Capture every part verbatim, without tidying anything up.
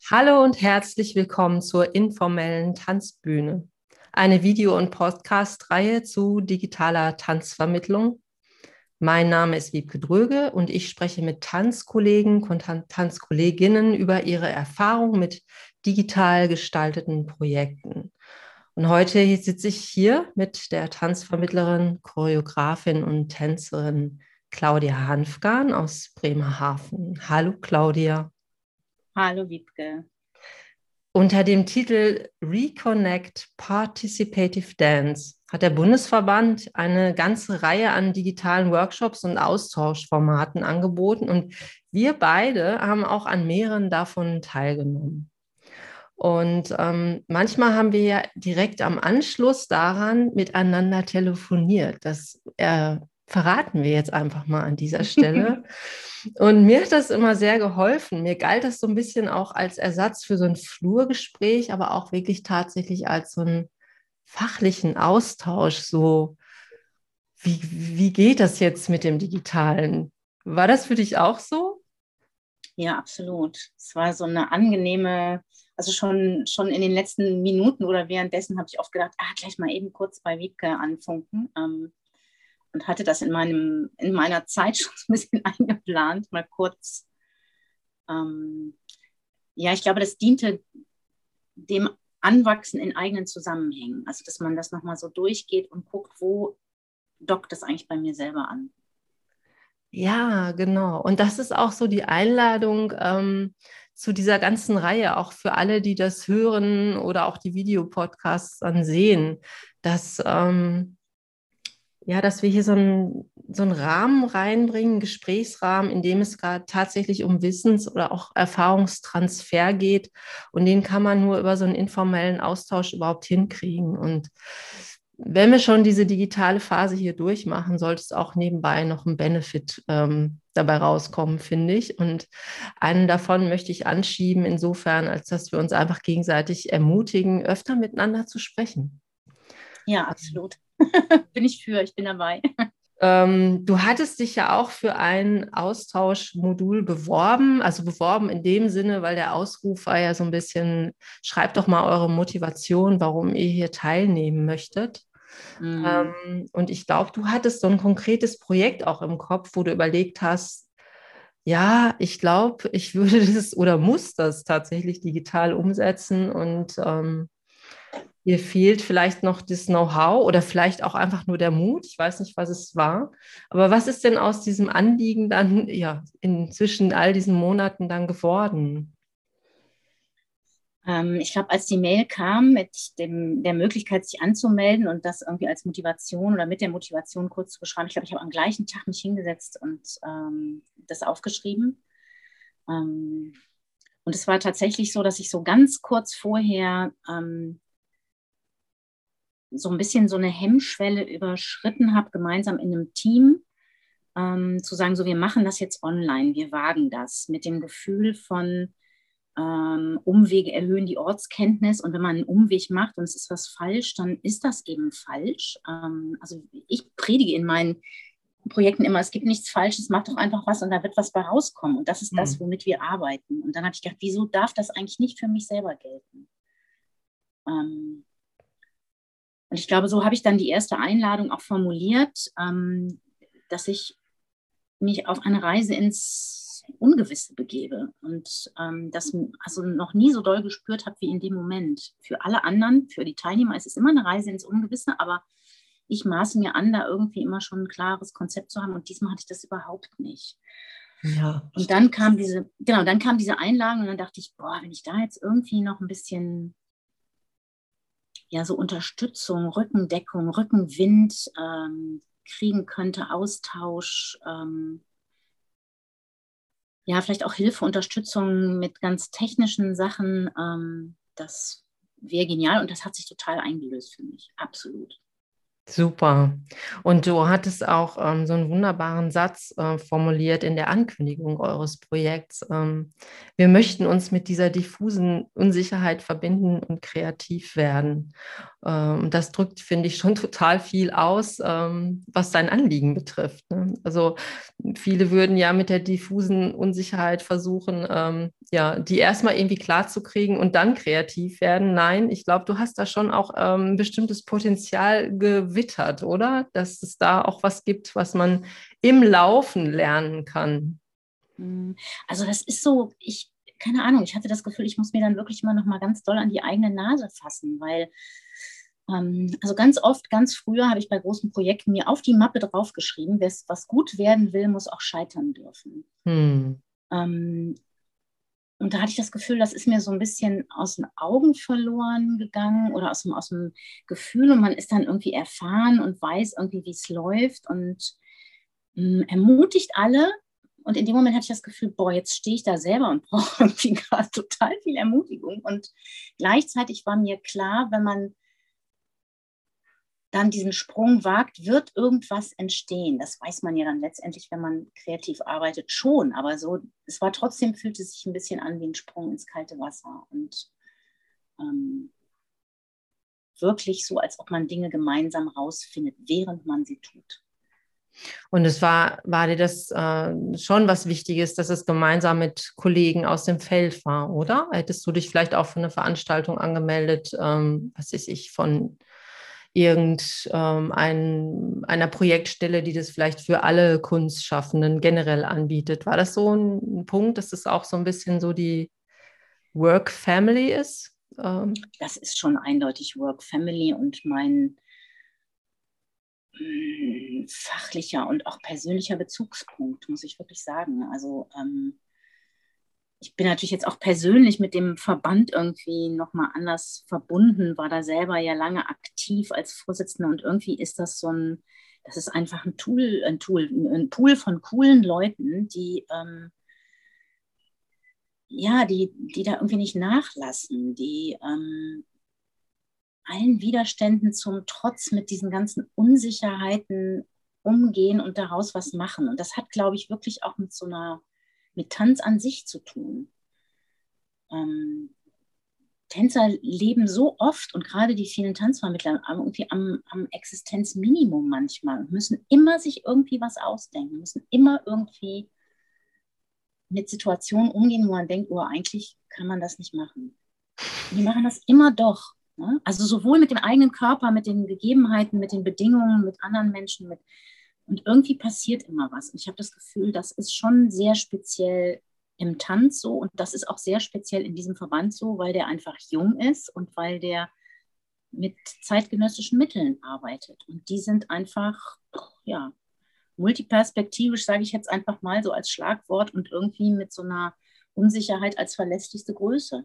Hallo und herzlich willkommen zur informellen Tanzbühne, eine Video- und Podcast-Reihe zu digitaler Tanzvermittlung. Mein Name ist Wiebke Dröge und ich spreche mit Tanzkollegen und Tanzkolleginnen über ihre Erfahrung mit digital gestalteten Projekten. Und heute sitze ich hier mit der Tanzvermittlerin, Choreografin und Tänzerin Claudia Hanfgarn aus Bremerhaven. Hallo Claudia. Hallo Wiebke. Unter dem Titel Reconnect Participative Dance hat der Bundesverband eine ganze Reihe an digitalen Workshops und Austauschformaten angeboten und wir beide haben auch an mehreren davon teilgenommen. Und ähm, manchmal haben wir ja direkt am Anschluss daran miteinander telefoniert. Das äh, verraten wir jetzt einfach mal an dieser Stelle. Und mir hat das immer sehr geholfen. Mir galt das so ein bisschen auch als Ersatz für so ein Flurgespräch, aber auch wirklich tatsächlich als so einen fachlichen Austausch. So, wie, wie geht das jetzt mit dem Digitalen? War das für dich auch so? Ja, absolut. Es war so eine angenehme, also schon, schon in den letzten Minuten oder währenddessen habe ich oft gedacht, ah, gleich mal eben kurz bei Wiebke anfunken. Ähm, und hatte das in, meinem, in meiner Zeit schon so ein bisschen eingeplant, mal kurz. Ähm, ja, ich glaube, das diente dem Anwachsen in eigenen Zusammenhängen. Also, dass man das nochmal so durchgeht und guckt, wo dockt das eigentlich bei mir selber an. Ja, genau. Und das ist auch so die Einladung ähm, zu dieser ganzen Reihe, auch für alle, die das hören oder auch die Videopodcasts dann sehen, dass, ähm, ja, dass wir hier so einen, so einen Rahmen reinbringen, einen Gesprächsrahmen, in dem es gerade tatsächlich um Wissens- oder auch Erfahrungstransfer geht. Und den kann man nur über so einen informellen Austausch überhaupt hinkriegen. Und wenn wir schon diese digitale Phase hier durchmachen, sollte es auch nebenbei noch ein Benefit ähm, dabei rauskommen, finde ich. Und einen davon möchte ich anschieben, insofern, als dass wir uns einfach gegenseitig ermutigen, öfter miteinander zu sprechen. Ja, absolut. Bin ich für, ich bin dabei. Ähm, du hattest dich ja auch für ein Austauschmodul beworben, also beworben in dem Sinne, weil der Ausruf war ja so ein bisschen, schreibt doch mal eure Motivation, warum ihr hier teilnehmen möchtet. Mm. Ähm, und ich glaube, du hattest so ein konkretes Projekt auch im Kopf, wo du überlegt hast, ja, ich glaube, ich würde das oder muss das tatsächlich digital umsetzen und ähm, Dir fehlt vielleicht noch das Know-how oder vielleicht auch einfach nur der Mut. Ich weiß nicht, was es war. Aber was ist denn aus diesem Anliegen dann, ja, inzwischen all diesen Monaten dann geworden? Ähm, ich glaube, als die Mail kam mit dem, der Möglichkeit, sich anzumelden und das irgendwie als Motivation oder mit der Motivation kurz zu beschreiben, ich glaube, ich habe am gleichen Tag mich hingesetzt und ähm, das aufgeschrieben. Ähm, und es war tatsächlich so, dass ich so ganz kurz vorher ähm, so ein bisschen so eine Hemmschwelle überschritten habe, gemeinsam in einem Team ähm, zu sagen, so wir machen das jetzt online, wir wagen das mit dem Gefühl von, ähm, Umwege erhöhen die Ortskenntnis und wenn man einen Umweg macht und es ist was falsch, dann ist das eben falsch. Ähm, also ich predige in meinen Projekten immer, es gibt nichts Falsches, mach doch einfach was und da wird was bei rauskommen und das ist Hm. das, womit wir arbeiten. Und dann habe ich gedacht, wieso darf das eigentlich nicht für mich selber gelten? Ähm, und ich glaube, so habe ich dann die erste Einladung auch formuliert, ähm, dass ich mich auf eine Reise ins Ungewisse begebe und ähm, das also noch nie so doll gespürt habe wie in dem Moment. Für alle anderen, für die Teilnehmer ist es immer eine Reise ins Ungewisse, aber ich maße mir an, da irgendwie immer schon ein klares Konzept zu haben und diesmal hatte ich das überhaupt nicht. Ja, Und dann kam diese, genau, dann kam diese Einladung und dann dachte ich, boah, wenn ich da jetzt irgendwie noch ein bisschen, ja, so Unterstützung, Rückendeckung, Rückenwind ähm, kriegen könnte, Austausch, ähm, ja, vielleicht auch Hilfe, Unterstützung mit ganz technischen Sachen. Ähm, das wäre genial und das hat sich total eingelöst für mich. Absolut. super. Und du hattest auch ähm, so einen wunderbaren Satz äh, formuliert in der Ankündigung eures Projekts. Ähm, wir möchten uns mit dieser diffusen Unsicherheit verbinden und kreativ werden. Ähm, das drückt, finde ich, schon total viel aus, ähm, was dein Anliegen betrifft. Ne? Also viele würden ja mit der diffusen Unsicherheit versuchen, ähm, ja, die erstmal irgendwie klar zu kriegen und dann kreativ werden. Nein, ich glaube, du hast da schon auch ähm, ein bestimmtes Potenzial gewittert, oder? Dass es da auch was gibt, was man im Laufen lernen kann. Also das ist so, ich, keine Ahnung, ich hatte das Gefühl, ich muss mir dann wirklich immer noch mal ganz doll an die eigene Nase fassen, weil ähm, also ganz oft, ganz früher habe ich bei großen Projekten mir auf die Mappe draufgeschrieben, wer was gut werden will, muss auch scheitern dürfen. Hm. Ähm, und da hatte ich das Gefühl, das ist mir so ein bisschen aus den Augen verloren gegangen oder aus dem, aus dem Gefühl und man ist dann irgendwie erfahren und weiß irgendwie, wie es läuft und mh, ermutigt alle. Und in dem Moment hatte ich das Gefühl, boah, jetzt stehe ich da selber und brauche irgendwie gerade total viel Ermutigung. Und gleichzeitig war mir klar, wenn man dann diesen Sprung wagt, wird irgendwas entstehen. Das weiß man ja dann letztendlich, wenn man kreativ arbeitet, schon. Aber so, es war trotzdem, fühlte es sich ein bisschen an wie ein Sprung ins kalte Wasser. Und ähm, wirklich so, als ob man Dinge gemeinsam rausfindet, während man sie tut. Und es war, war dir das äh, schon was Wichtiges, dass es gemeinsam mit Kollegen aus dem Feld war, oder? Hättest du dich vielleicht auch für eine Veranstaltung angemeldet, ähm, was weiß ich, von irgendeiner ähm, Projektstelle, die das vielleicht für alle Kunstschaffenden generell anbietet? War das so ein Punkt, dass es auch so ein bisschen so die Work Family ist? Ähm, Das ist schon eindeutig Work Family und mein fachlicher und auch persönlicher Bezugspunkt, muss ich wirklich sagen. Also ähm, ich bin natürlich jetzt auch persönlich mit dem Verband irgendwie nochmal anders verbunden, war da selber ja lange aktiv als Vorsitzende und irgendwie ist das so ein, das ist einfach ein Tool, ein Tool, ein Pool von coolen Leuten, die ähm, ja, die, die da irgendwie nicht nachlassen, die ähm, allen Widerständen zum Trotz mit diesen ganzen Unsicherheiten umgehen und daraus was machen. Und das hat, glaube ich, wirklich auch mit so einer, mit Tanz an sich zu tun. Ähm, Tänzer leben so oft und gerade die vielen Tanzvermittler irgendwie am, am Existenzminimum manchmal und müssen immer sich irgendwie was ausdenken, müssen immer irgendwie mit Situationen umgehen, wo man denkt, oh, eigentlich kann man das nicht machen. Und die machen das immer doch. Ne? Also sowohl mit dem eigenen Körper, mit den Gegebenheiten, mit den Bedingungen, mit anderen Menschen. Mit und irgendwie passiert immer was. Und ich habe das Gefühl, das ist schon sehr speziell im Tanz so. Und das ist auch sehr speziell in diesem Verband so, weil der einfach jung ist und weil der mit zeitgenössischen Mitteln arbeitet. Und die sind einfach, ja, multiperspektivisch, sage ich jetzt einfach mal so als Schlagwort und irgendwie mit so einer Unsicherheit als verlässlichste Größe.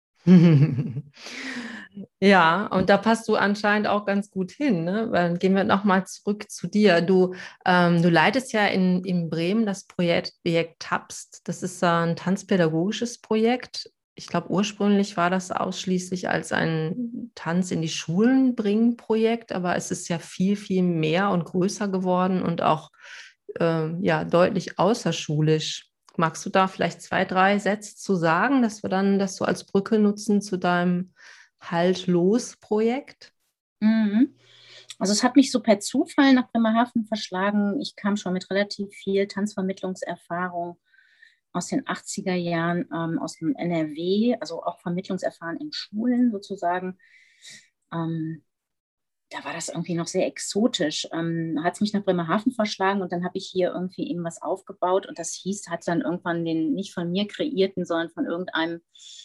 Ja, und da passt du anscheinend auch ganz gut hin, ne? Dann gehen wir nochmal zurück zu dir. Du, ähm, du leitest ja in, in Bremen das Projekt, Projekt Tapst. Das ist äh, ein tanzpädagogisches Projekt. Ich glaube, ursprünglich war das ausschließlich als ein Tanz in die Schulen bringen Projekt, aber es ist ja viel, viel mehr und größer geworden und auch ähm, ja, deutlich außerschulisch. Magst du da vielleicht zwei, drei Sätze zu sagen, dass wir dann das so als Brücke nutzen zu deinem Halt-Los-Projekt? Mhm. Also es hat mich so per Zufall nach Bremerhaven verschlagen. Ich kam schon mit relativ viel Tanzvermittlungserfahrung aus den achtziger Jahren, ähm, aus dem N R W, also auch Vermittlungserfahren in Schulen sozusagen. Ähm, da war das irgendwie noch sehr exotisch. Ähm, hat es mich nach Bremerhaven verschlagen und dann habe ich hier irgendwie eben was aufgebaut und das hieß, hat dann irgendwann den nicht von mir kreierten, sondern von irgendeinem,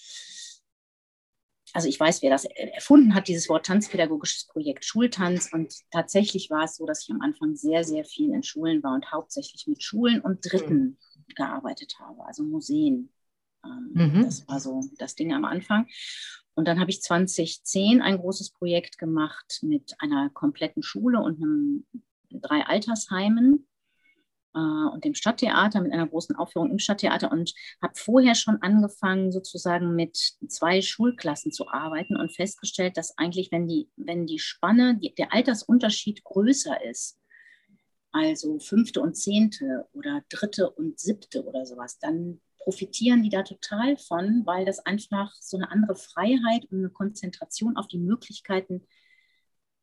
also ich weiß, wer das erfunden hat, dieses Wort tanzpädagogisches Projekt Schultanz. Und tatsächlich war es so, dass ich am Anfang sehr, sehr viel in Schulen war und hauptsächlich mit Schulen und Dritten gearbeitet habe, also Museen. Ähm, Mhm. das war so das Ding am Anfang. Und dann habe ich zwanzig zehn ein großes Projekt gemacht mit einer kompletten Schule und einem, drei Altersheimen und dem Stadttheater, mit einer großen Aufführung im Stadttheater und habe vorher schon angefangen, sozusagen mit zwei Schulklassen zu arbeiten und festgestellt, dass eigentlich, wenn die, wenn die Spanne, die, der Altersunterschied größer ist, also fünfte und zehnte oder dritte und siebte oder sowas, dann profitieren die da total von, weil das einfach so eine andere Freiheit und eine Konzentration auf die Möglichkeiten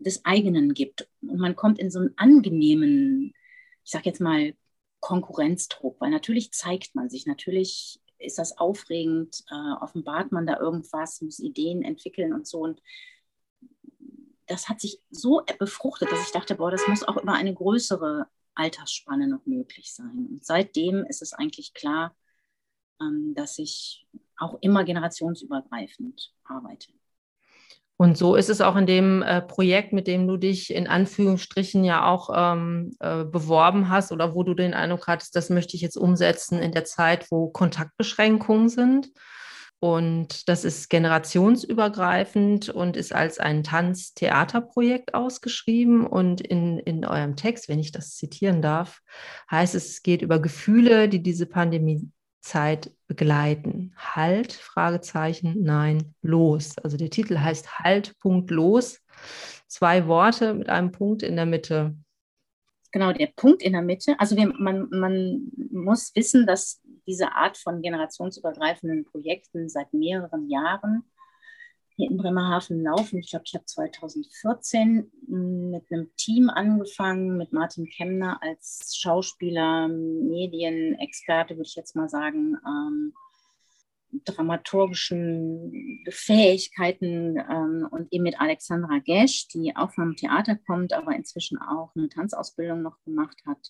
des eigenen gibt. Und man kommt in so einen angenehmen, ich sage jetzt mal, Konkurrenzdruck, weil natürlich zeigt man sich, natürlich ist das aufregend, äh, offenbart man da irgendwas, muss Ideen entwickeln und so. Und das hat sich so befruchtet, dass ich dachte, boah, das muss auch über eine größere Altersspanne noch möglich sein. Und seitdem ist es eigentlich klar, ähm, dass ich auch immer generationsübergreifend arbeite. Und so ist es auch in dem äh, Projekt, mit dem du dich in Anführungsstrichen ja auch ähm, äh, beworben hast oder wo du den Eindruck hattest, das möchte ich jetzt umsetzen in der Zeit, wo Kontaktbeschränkungen sind. Und das ist generationsübergreifend und ist als ein Tanz-Theater-Projekt ausgeschrieben. Und in, in eurem Text, wenn ich das zitieren darf, heißt es, es geht über Gefühle, die diese Pandemie Zeit begleiten. Halt, Fragezeichen, nein, los. Also der Titel heißt Halt, Punkt, los. Zwei Worte mit einem Punkt in der Mitte. Genau, der Punkt in der Mitte. Also wir, man, man muss wissen, dass diese Art von generationsübergreifenden Projekten seit mehreren Jahren hier in Bremerhaven laufen. Ich glaube, ich habe zweitausendvierzehn mit einem Team angefangen, mit Martin Kemmner als Schauspieler, Medienexperte, würde ich jetzt mal sagen, ähm, dramaturgischen Fähigkeiten ähm, und eben mit Alexandra Gesch, die auch vom Theater kommt, aber inzwischen auch eine Tanzausbildung noch gemacht hat.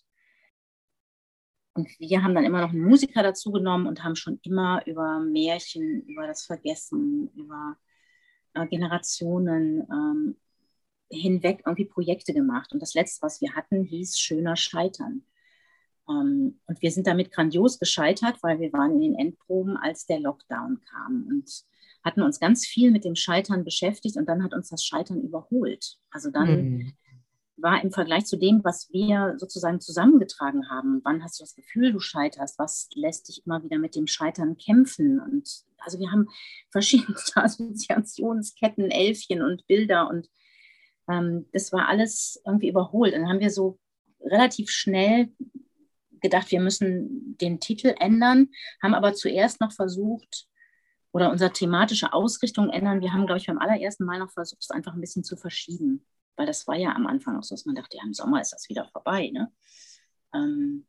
Und wir haben dann immer noch einen Musiker dazu genommen und haben schon immer über Märchen, über das Vergessen, über äh, Generationen ähm, hinweg irgendwie Projekte gemacht. Und das letzte, was wir hatten, hieß Schöner Scheitern. Um, und wir sind damit grandios gescheitert, weil wir waren in den Endproben, als der Lockdown kam und hatten uns ganz viel mit dem Scheitern beschäftigt und dann hat uns das Scheitern überholt. Also dann mhm. war im Vergleich zu dem, was wir sozusagen zusammengetragen haben, wann hast du das Gefühl, du scheiterst, was lässt dich immer wieder mit dem Scheitern kämpfen? Und also wir haben verschiedene Assoziationsketten, Elfchen und Bilder und ähm, das war alles irgendwie überholt. Und dann haben wir so relativ schnell gedacht, wir müssen den Titel ändern, haben aber zuerst noch versucht, oder unsere thematische Ausrichtung ändern. Wir haben, glaube ich, beim allerersten Mal noch versucht, es einfach ein bisschen zu verschieben, weil das war ja am Anfang auch so, dass man dachte, ja, im Sommer ist das wieder vorbei. Ne? Ähm,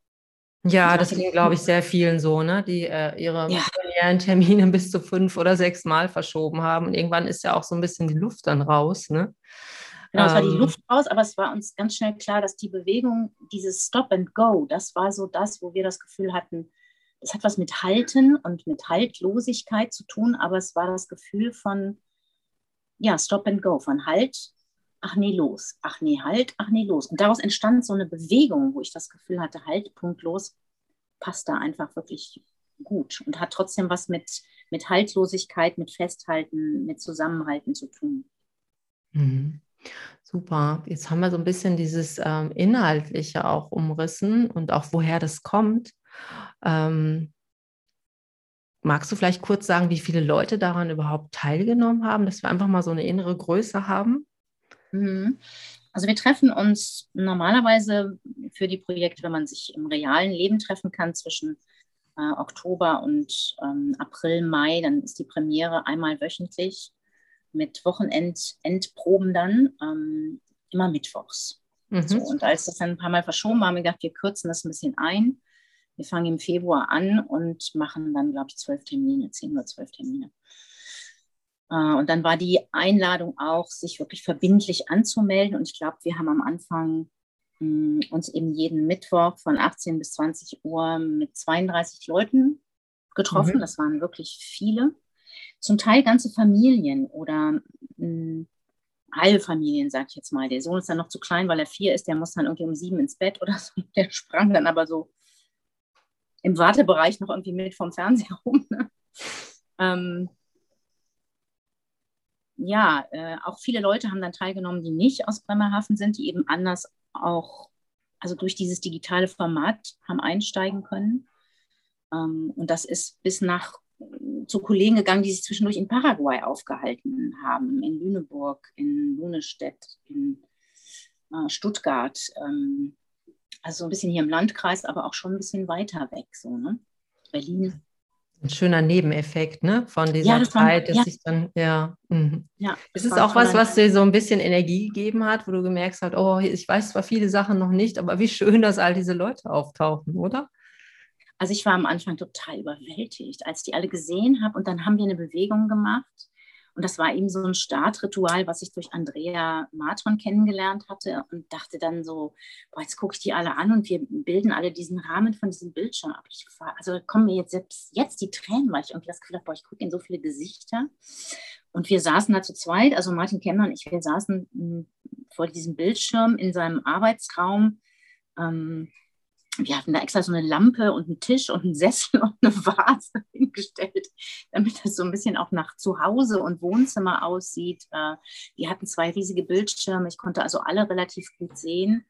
ja, das ging, glaube ich, sehr vielen so, ne? die äh, ihre ja. Termine bis zu fünf oder sechs Mal verschoben haben. Und irgendwann ist ja auch so ein bisschen die Luft dann raus, ne? Genau, es war die Luft raus, aber es war uns ganz schnell klar, dass die Bewegung, dieses Stop and Go, das war so das, wo wir das Gefühl hatten, das hat was mit Halten und mit Haltlosigkeit zu tun, aber es war das Gefühl von, ja, Stop and Go, von Halt, ach nee, los, ach nee, Halt, ach nee, los. Und daraus entstand so eine Bewegung, wo ich das Gefühl hatte, Halt, Punkt, los, passt da einfach wirklich gut und hat trotzdem was mit, mit Haltlosigkeit, mit Festhalten, mit Zusammenhalten zu tun. Mhm. Super. Jetzt haben wir so ein bisschen dieses ähm, Inhaltliche auch umrissen und auch woher das kommt. Ähm, magst du vielleicht kurz sagen, wie viele Leute daran überhaupt teilgenommen haben, dass wir einfach mal so eine innere Größe haben? Mhm. Also wir treffen uns normalerweise für die Projekte, wenn man sich im realen Leben treffen kann, zwischen äh, Oktober und ähm, April, Mai, dann ist die Premiere einmal wöchentlich mit Wochenendproben dann, ähm, immer mittwochs. Mhm. So, und als das dann ein paar Mal verschoben war, haben wir gedacht, wir kürzen das ein bisschen ein. Wir fangen im Februar an und machen dann, glaube ich, zwölf Termine, zehn oder zwölf Termine. Uh, und dann war die Einladung auch, sich wirklich verbindlich anzumelden. Und ich glaube, wir haben am Anfang mh, uns eben jeden Mittwoch von achtzehn bis zwanzig Uhr mit zweiunddreißig Leuten getroffen. Mhm. Das waren wirklich viele. Zum Teil ganze Familien oder mh, halbe Familien, sag ich jetzt mal. Der Sohn ist dann noch zu klein, weil er vier ist. Der muss dann irgendwie um sieben ins Bett oder so. Der sprang dann aber so im Wartebereich noch irgendwie mit vom Fernseher rum. Ne? Ähm, ja, äh, auch viele Leute haben dann teilgenommen, die nicht aus Bremerhaven sind, die eben anders auch, also durch dieses digitale Format haben einsteigen können. Ähm, und das ist bis nach zu Kollegen gegangen, die sich zwischendurch in Paraguay aufgehalten haben, in Lüneburg, in Lunestedt, in äh, Stuttgart. Ähm, also so ein bisschen hier im Landkreis, aber auch schon ein bisschen weiter weg, so, ne? Berlin. Ein schöner Nebeneffekt, ne, von Ja, dieser das war ein, Zeit, dass ja, sich dann, ja. Mhm. ja, Ist das es war ein auch was, toller was dir Nebeneffekt. so ein bisschen Energie gegeben hat, wo du gemerkt hast, oh, ich weiß zwar viele Sachen noch nicht, aber wie schön, dass all diese Leute auftauchen, oder? Also ich war am Anfang total überwältigt, als ich die alle gesehen habe. Und dann haben wir eine Bewegung gemacht. Und das war eben so ein Startritual, was ich durch Andrea Marton kennengelernt hatte und dachte dann so, boah, jetzt gucke ich die alle an und wir bilden alle diesen Rahmen von diesem Bildschirm ab. Ich war, also da kommen mir jetzt selbst jetzt die Tränen, weil ich irgendwie das Gefühl habe, boah, ich gucke in so viele Gesichter. Und wir saßen da zu zweit, also Martin Kemmner und ich, wir saßen mh, vor diesem Bildschirm in seinem Arbeitsraum. Ähm, wir hatten da extra so eine Lampe und einen Tisch und einen Sessel und eine Vase hingestellt, damit das so ein bisschen auch nach Zuhause und Wohnzimmer aussieht. Wir hatten zwei riesige Bildschirme, ich konnte also alle relativ gut sehen.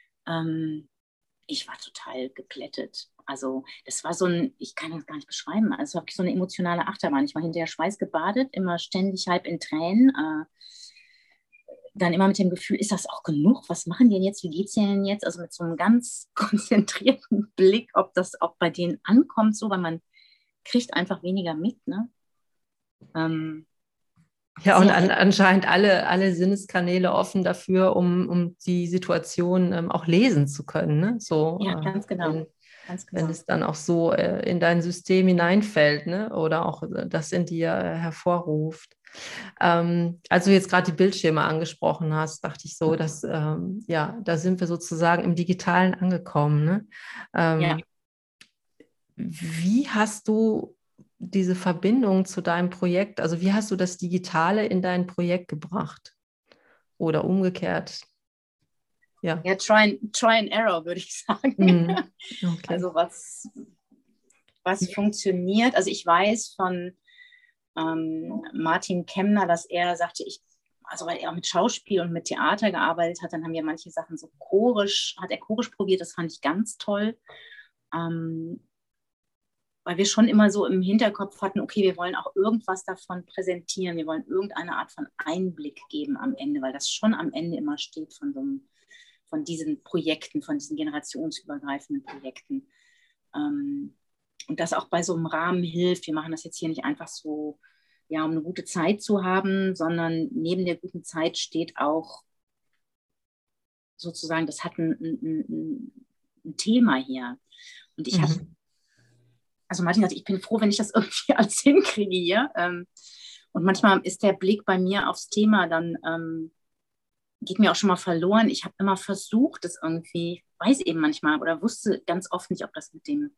Ich war total geplättet. Also das war so ein, ich kann das gar nicht beschreiben, also wirklich so eine emotionale Achterbahn. Ich war hinterher schweißgebadet, immer ständig halb in Tränen. Dann immer mit dem Gefühl, ist das auch genug? Was machen die denn jetzt? Wie geht es denen jetzt? Also mit so einem ganz konzentrierten Blick, ob das auch bei denen ankommt, so, weil man kriegt einfach weniger mit. Ne? Ähm, Ja, und sehr an, heftig. anscheinend alle, alle Sinneskanäle offen dafür, um, um die Situation ähm, auch lesen zu können. Ne? So, Ja, äh, ganz genau. wenn, Ganz wenn genau. es dann auch so äh, in dein System hineinfällt, ne? Oder auch äh, das in dir äh, hervorruft. Ähm, als du jetzt gerade die Bildschirme angesprochen hast, dachte ich so, dass ähm, ja, da sind wir sozusagen im Digitalen angekommen. Ne? Ja. Ähm, wie hast du diese Verbindung zu deinem Projekt, also wie hast du das Digitale in dein Projekt gebracht? Oder umgekehrt? Ja. Ja, try and, try and error, würde ich sagen. Mhm. Okay. Also was, was funktioniert. Also ich weiß von ähm, Martin Kemmner, dass er sagte, ich, also weil er auch mit Schauspiel und mit Theater gearbeitet hat, dann haben wir manche Sachen so chorisch, hat er chorisch probiert, das fand ich ganz toll. Ähm, weil wir schon immer so im Hinterkopf hatten, okay, wir wollen auch irgendwas davon präsentieren, wir wollen irgendeine Art von Einblick geben am Ende, weil das schon am Ende immer steht von, so einem, von diesen Projekten, von diesen generationsübergreifenden Projekten. Ähm, und das auch bei so einem Rahmen hilft. Wir machen das jetzt hier nicht einfach so, ja, um eine gute Zeit zu haben, sondern neben der guten Zeit steht auch sozusagen, das hat ein, ein, ein Thema hier. Und ich habe, Mhm. also Martin sagt, ich bin froh, wenn ich das irgendwie alles hinkriege hier. Ähm, und manchmal ist der Blick bei mir aufs Thema dann, ähm, geht mir auch schon mal verloren. Ich habe immer versucht, das irgendwie, weiß eben manchmal oder wusste ganz oft nicht, ob das mit dem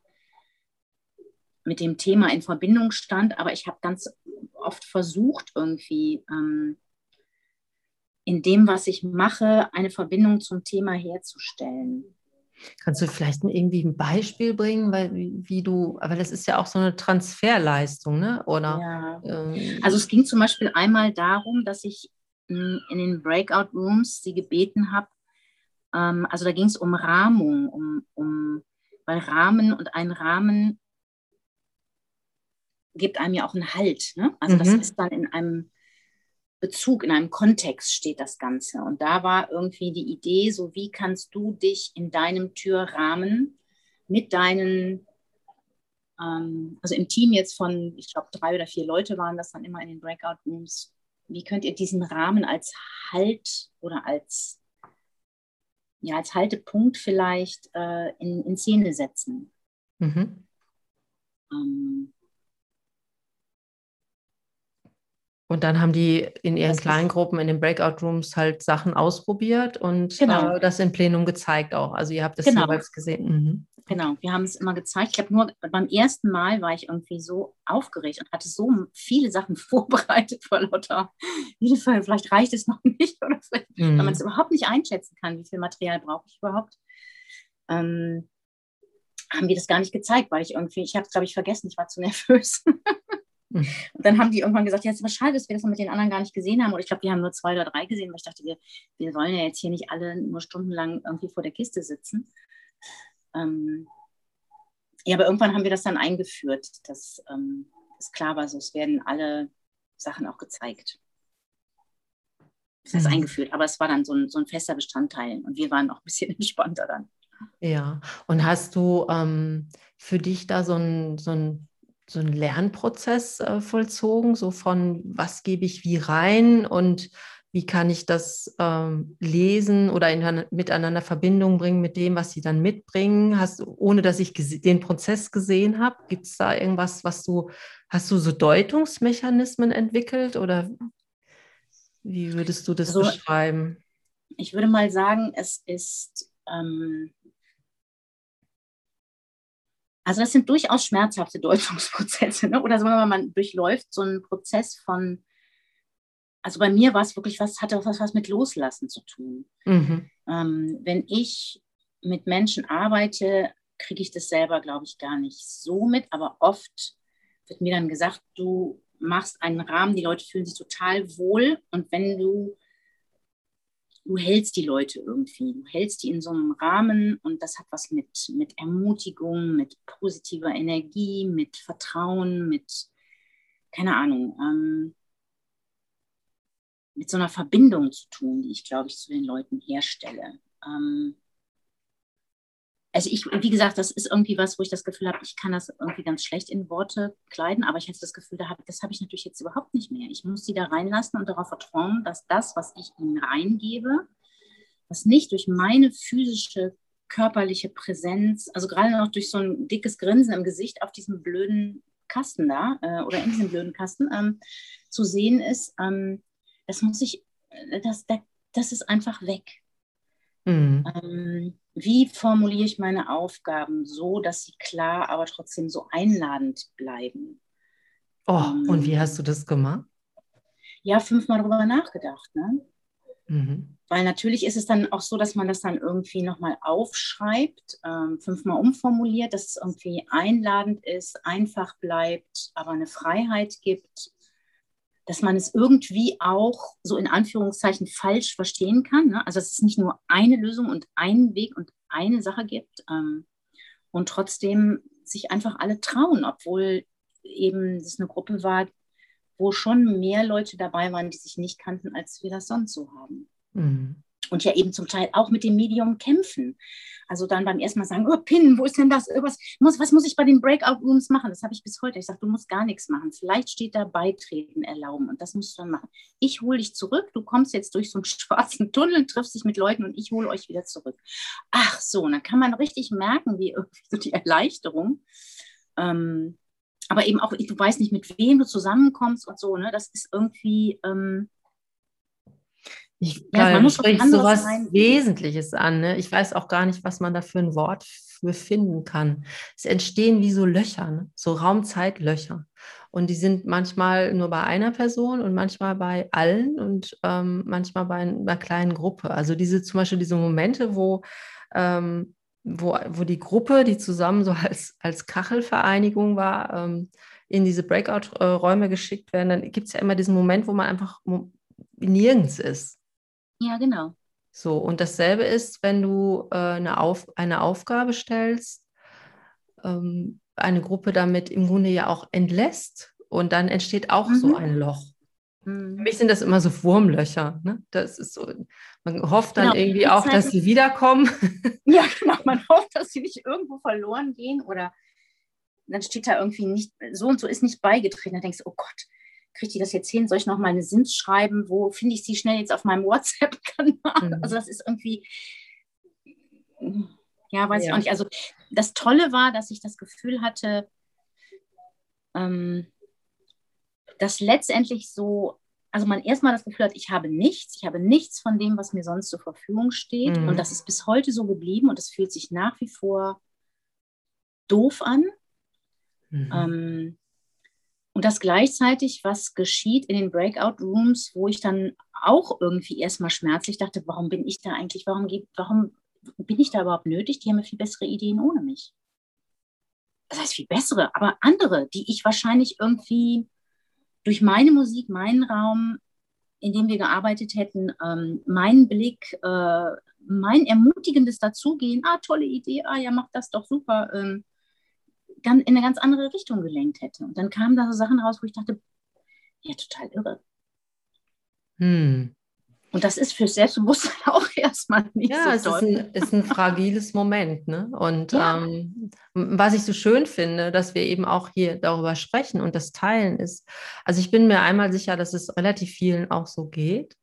mit dem Thema in Verbindung stand, aber ich habe ganz oft versucht, irgendwie ähm, in dem, was ich mache, eine Verbindung zum Thema herzustellen. Kannst du vielleicht irgendwie ein Beispiel bringen, weil wie, wie du, aber das ist ja auch so eine Transferleistung, ne? Oder Ja, also ähm, es ging zum Beispiel einmal darum, dass ich in, in den Breakout Rooms sie gebeten habe, ähm, also da ging es um Rahmung, um, um, weil Rahmen und ein Rahmen gibt einem ja auch einen Halt. Ne? Also das mhm. ist dann in einem Bezug, in einem Kontext steht das Ganze. Und da war irgendwie die Idee, so wie kannst du dich in deinem Türrahmen mit deinen, ähm, also im Team jetzt von, ich glaube, drei oder vier Leute waren das dann immer in den Breakout Rooms, wie könnt ihr diesen Rahmen als Halt oder als, ja, als Haltepunkt vielleicht äh, in, in Szene setzen? Mhm. Ähm, Und dann haben die in ihren das kleinen ist, Gruppen in den Breakout Rooms halt Sachen ausprobiert und genau, äh, das im Plenum gezeigt auch. Also ihr habt das genau. jeweils gesehen. Mhm. Okay. Genau, wir haben es immer gezeigt. Ich glaube, nur beim ersten Mal war ich irgendwie so aufgeregt und hatte so viele Sachen vorbereitet vor lauter Hilfe. Vielleicht reicht es noch nicht oder vielleicht, weil man es Mhm. überhaupt nicht einschätzen kann, wie viel Material brauche ich überhaupt. Ähm, haben wir das gar nicht gezeigt, weil ich irgendwie, ich habe es, glaube ich, vergessen, ich war zu nervös. Mhm. Und dann haben die irgendwann gesagt, ja, es ist aber schade, dass wir das noch mit den anderen gar nicht gesehen haben. Oder ich glaube, wir haben nur zwei oder drei gesehen, weil ich dachte, wir, wir wollen ja jetzt hier nicht alle nur stundenlang irgendwie vor der Kiste sitzen. Ähm, Ja, aber irgendwann haben wir das dann eingeführt, dass ähm, es klar war, so, es werden alle Sachen auch gezeigt. Das heißt Mhm. eingeführt, aber es war dann so ein, so ein fester Bestandteil und wir waren auch ein bisschen entspannter dann. Ja. Und hast du ähm, für dich da so ein, so ein so einen Lernprozess äh, vollzogen, so von was gebe ich wie rein und wie kann ich das ähm, lesen oder in, miteinander Verbindung bringen mit dem, was sie dann mitbringen, hast, ohne dass ich den Prozess gesehen habe? Gibt es da irgendwas, was du, hast du so Deutungsmechanismen entwickelt oder wie würdest du das Also beschreiben? ich würde mal sagen, es ist, ähm, also das sind durchaus schmerzhafte Deutungsprozesse, ne? Oder sagen wir mal, man durchläuft so einen Prozess von, also bei mir war es wirklich was, hatte was, was mit Loslassen zu tun. Mhm. Ähm, wenn ich mit Menschen arbeite, kriege ich das selber, glaube ich, gar nicht so mit, aber oft wird mir dann gesagt, du machst einen Rahmen, die Leute fühlen sich total wohl und wenn du, du hältst die Leute irgendwie, du hältst die in so einem Rahmen und das hat was mit, mit Ermutigung, mit positiver Energie, mit Vertrauen, mit, keine Ahnung, ähm, mit so einer Verbindung zu tun, die ich, glaube ich, zu den Leuten herstelle. Ähm, also ich, wie gesagt, das ist irgendwie was, wo ich das Gefühl habe, ich kann das irgendwie ganz schlecht in Worte kleiden, aber ich hatte das Gefühl, da hab, das habe ich natürlich jetzt überhaupt nicht mehr. Ich muss sie da reinlassen und darauf vertrauen, dass das, was ich ihnen reingebe, was nicht durch meine physische, körperliche Präsenz, also gerade noch durch so ein dickes Grinsen im Gesicht auf diesem blöden Kasten da äh, oder in diesem blöden Kasten ähm, zu sehen ist, ähm, das muss ich, das, das, das ist einfach weg. Mhm. Ähm, wie formuliere ich meine Aufgaben so, dass sie klar, aber trotzdem so einladend bleiben? Oh, und wie Ähm, hast du das gemacht? ja, fünfmal drüber nachgedacht, ne? Mhm. Weil natürlich ist es dann auch so, dass man das dann irgendwie nochmal aufschreibt, ähm, fünfmal umformuliert, dass es irgendwie einladend ist, einfach bleibt, aber eine Freiheit gibt, dass man es irgendwie auch so in Anführungszeichen falsch verstehen kann. Ne? Also dass es nicht nur eine Lösung und einen Weg und eine Sache gibt ähm, und trotzdem sich einfach alle trauen, obwohl eben das eine Gruppe war, wo schon mehr Leute dabei waren, die sich nicht kannten, als wir das sonst so haben. Mhm. Und ja eben zum Teil auch mit dem Medium kämpfen. Also dann beim ersten Mal sagen, oh, Pin, wo ist denn das? Was muss, was muss ich bei den Breakout-Rooms machen? Das habe ich bis heute. Ich sage, du musst gar nichts machen. Vielleicht steht da Beitreten erlauben und das musst du dann machen. Ich hole dich zurück. Du kommst jetzt durch so einen schwarzen Tunnel, triffst dich mit Leuten und ich hole euch wieder zurück. Ach so, und dann kann man richtig merken, wie irgendwie so die Erleichterung. Ähm, aber eben auch, du weißt nicht, mit wem du zusammenkommst und so. Ne? Das ist irgendwie... Ähm, Ich, ja, Claudia, man du muss was sprichst so anderes was reingeben. Wesentliches an, ne? Ich weiß auch gar nicht, was man da für ein Wort für finden kann. Es entstehen wie so Löcher, ne? So Raumzeitlöcher. Und die sind manchmal nur bei einer Person und manchmal bei allen und ähm, manchmal bei einer kleinen Gruppe. Also diese zum Beispiel diese Momente, wo, ähm, wo, wo die Gruppe, die zusammen so als, als Kachelvereinigung war, ähm, in diese Breakout-Räume geschickt werden, dann gibt es ja immer diesen Moment, wo man einfach nirgends ist. Ja, genau. So, und dasselbe ist, wenn du äh, eine, Auf eine Aufgabe stellst, ähm, eine Gruppe damit im Grunde ja auch entlässt und dann entsteht auch so Mhm. ein Loch. Für Mhm. mich sind das immer so Wurmlöcher. Ne? Das ist so, man hofft dann Genau. irgendwie auch, dass Gleichzeitig, sie wiederkommen. ja, genau. Man hofft, dass sie nicht irgendwo verloren gehen oder dann steht da irgendwie nicht, so und so ist nicht beigetreten. Dann denkst du, oh Gott, kriegt die das jetzt hin? Soll ich noch mal eine Sims schreiben? Wo finde ich sie schnell jetzt auf meinem WhatsApp-Kanal? Also Mhm. das ist irgendwie, ja, weiß ich auch Ja. nicht. Also das Tolle war, dass ich das Gefühl hatte, ähm, dass letztendlich so, also man erstmal das Gefühl hat, ich habe nichts, ich habe nichts von dem, was mir sonst zur Verfügung steht. Und Mhm. das ist bis heute so geblieben und es fühlt sich nach wie vor doof an. Mhm. Ähm, und das gleichzeitig, was geschieht in den Breakout-Rooms, wo ich dann auch irgendwie erstmal schmerzlich dachte, warum bin ich da eigentlich, warum, warum bin ich da überhaupt nötig? Die haben ja viel bessere Ideen ohne mich. Das heißt viel bessere, aber andere, die ich wahrscheinlich irgendwie durch meine Musik, meinen Raum, in dem wir gearbeitet hätten, ähm, meinen Blick, äh, mein ermutigendes Dazugehen, ah, tolle Idee, ah ja, mach das doch super, ähm, in eine ganz andere Richtung gelenkt hätte. Und dann kamen da so Sachen raus, wo ich dachte, ja, total irre. Hm. Und das ist fürs Selbstbewusstsein auch erstmal nicht Ja, so es ist toll. ein, ist ein fragiles Moment, ne? Und Ja. ähm, was ich so schön finde, dass wir eben auch hier darüber sprechen und das teilen ist, also ich bin mir einmal sicher, dass es relativ vielen auch so geht,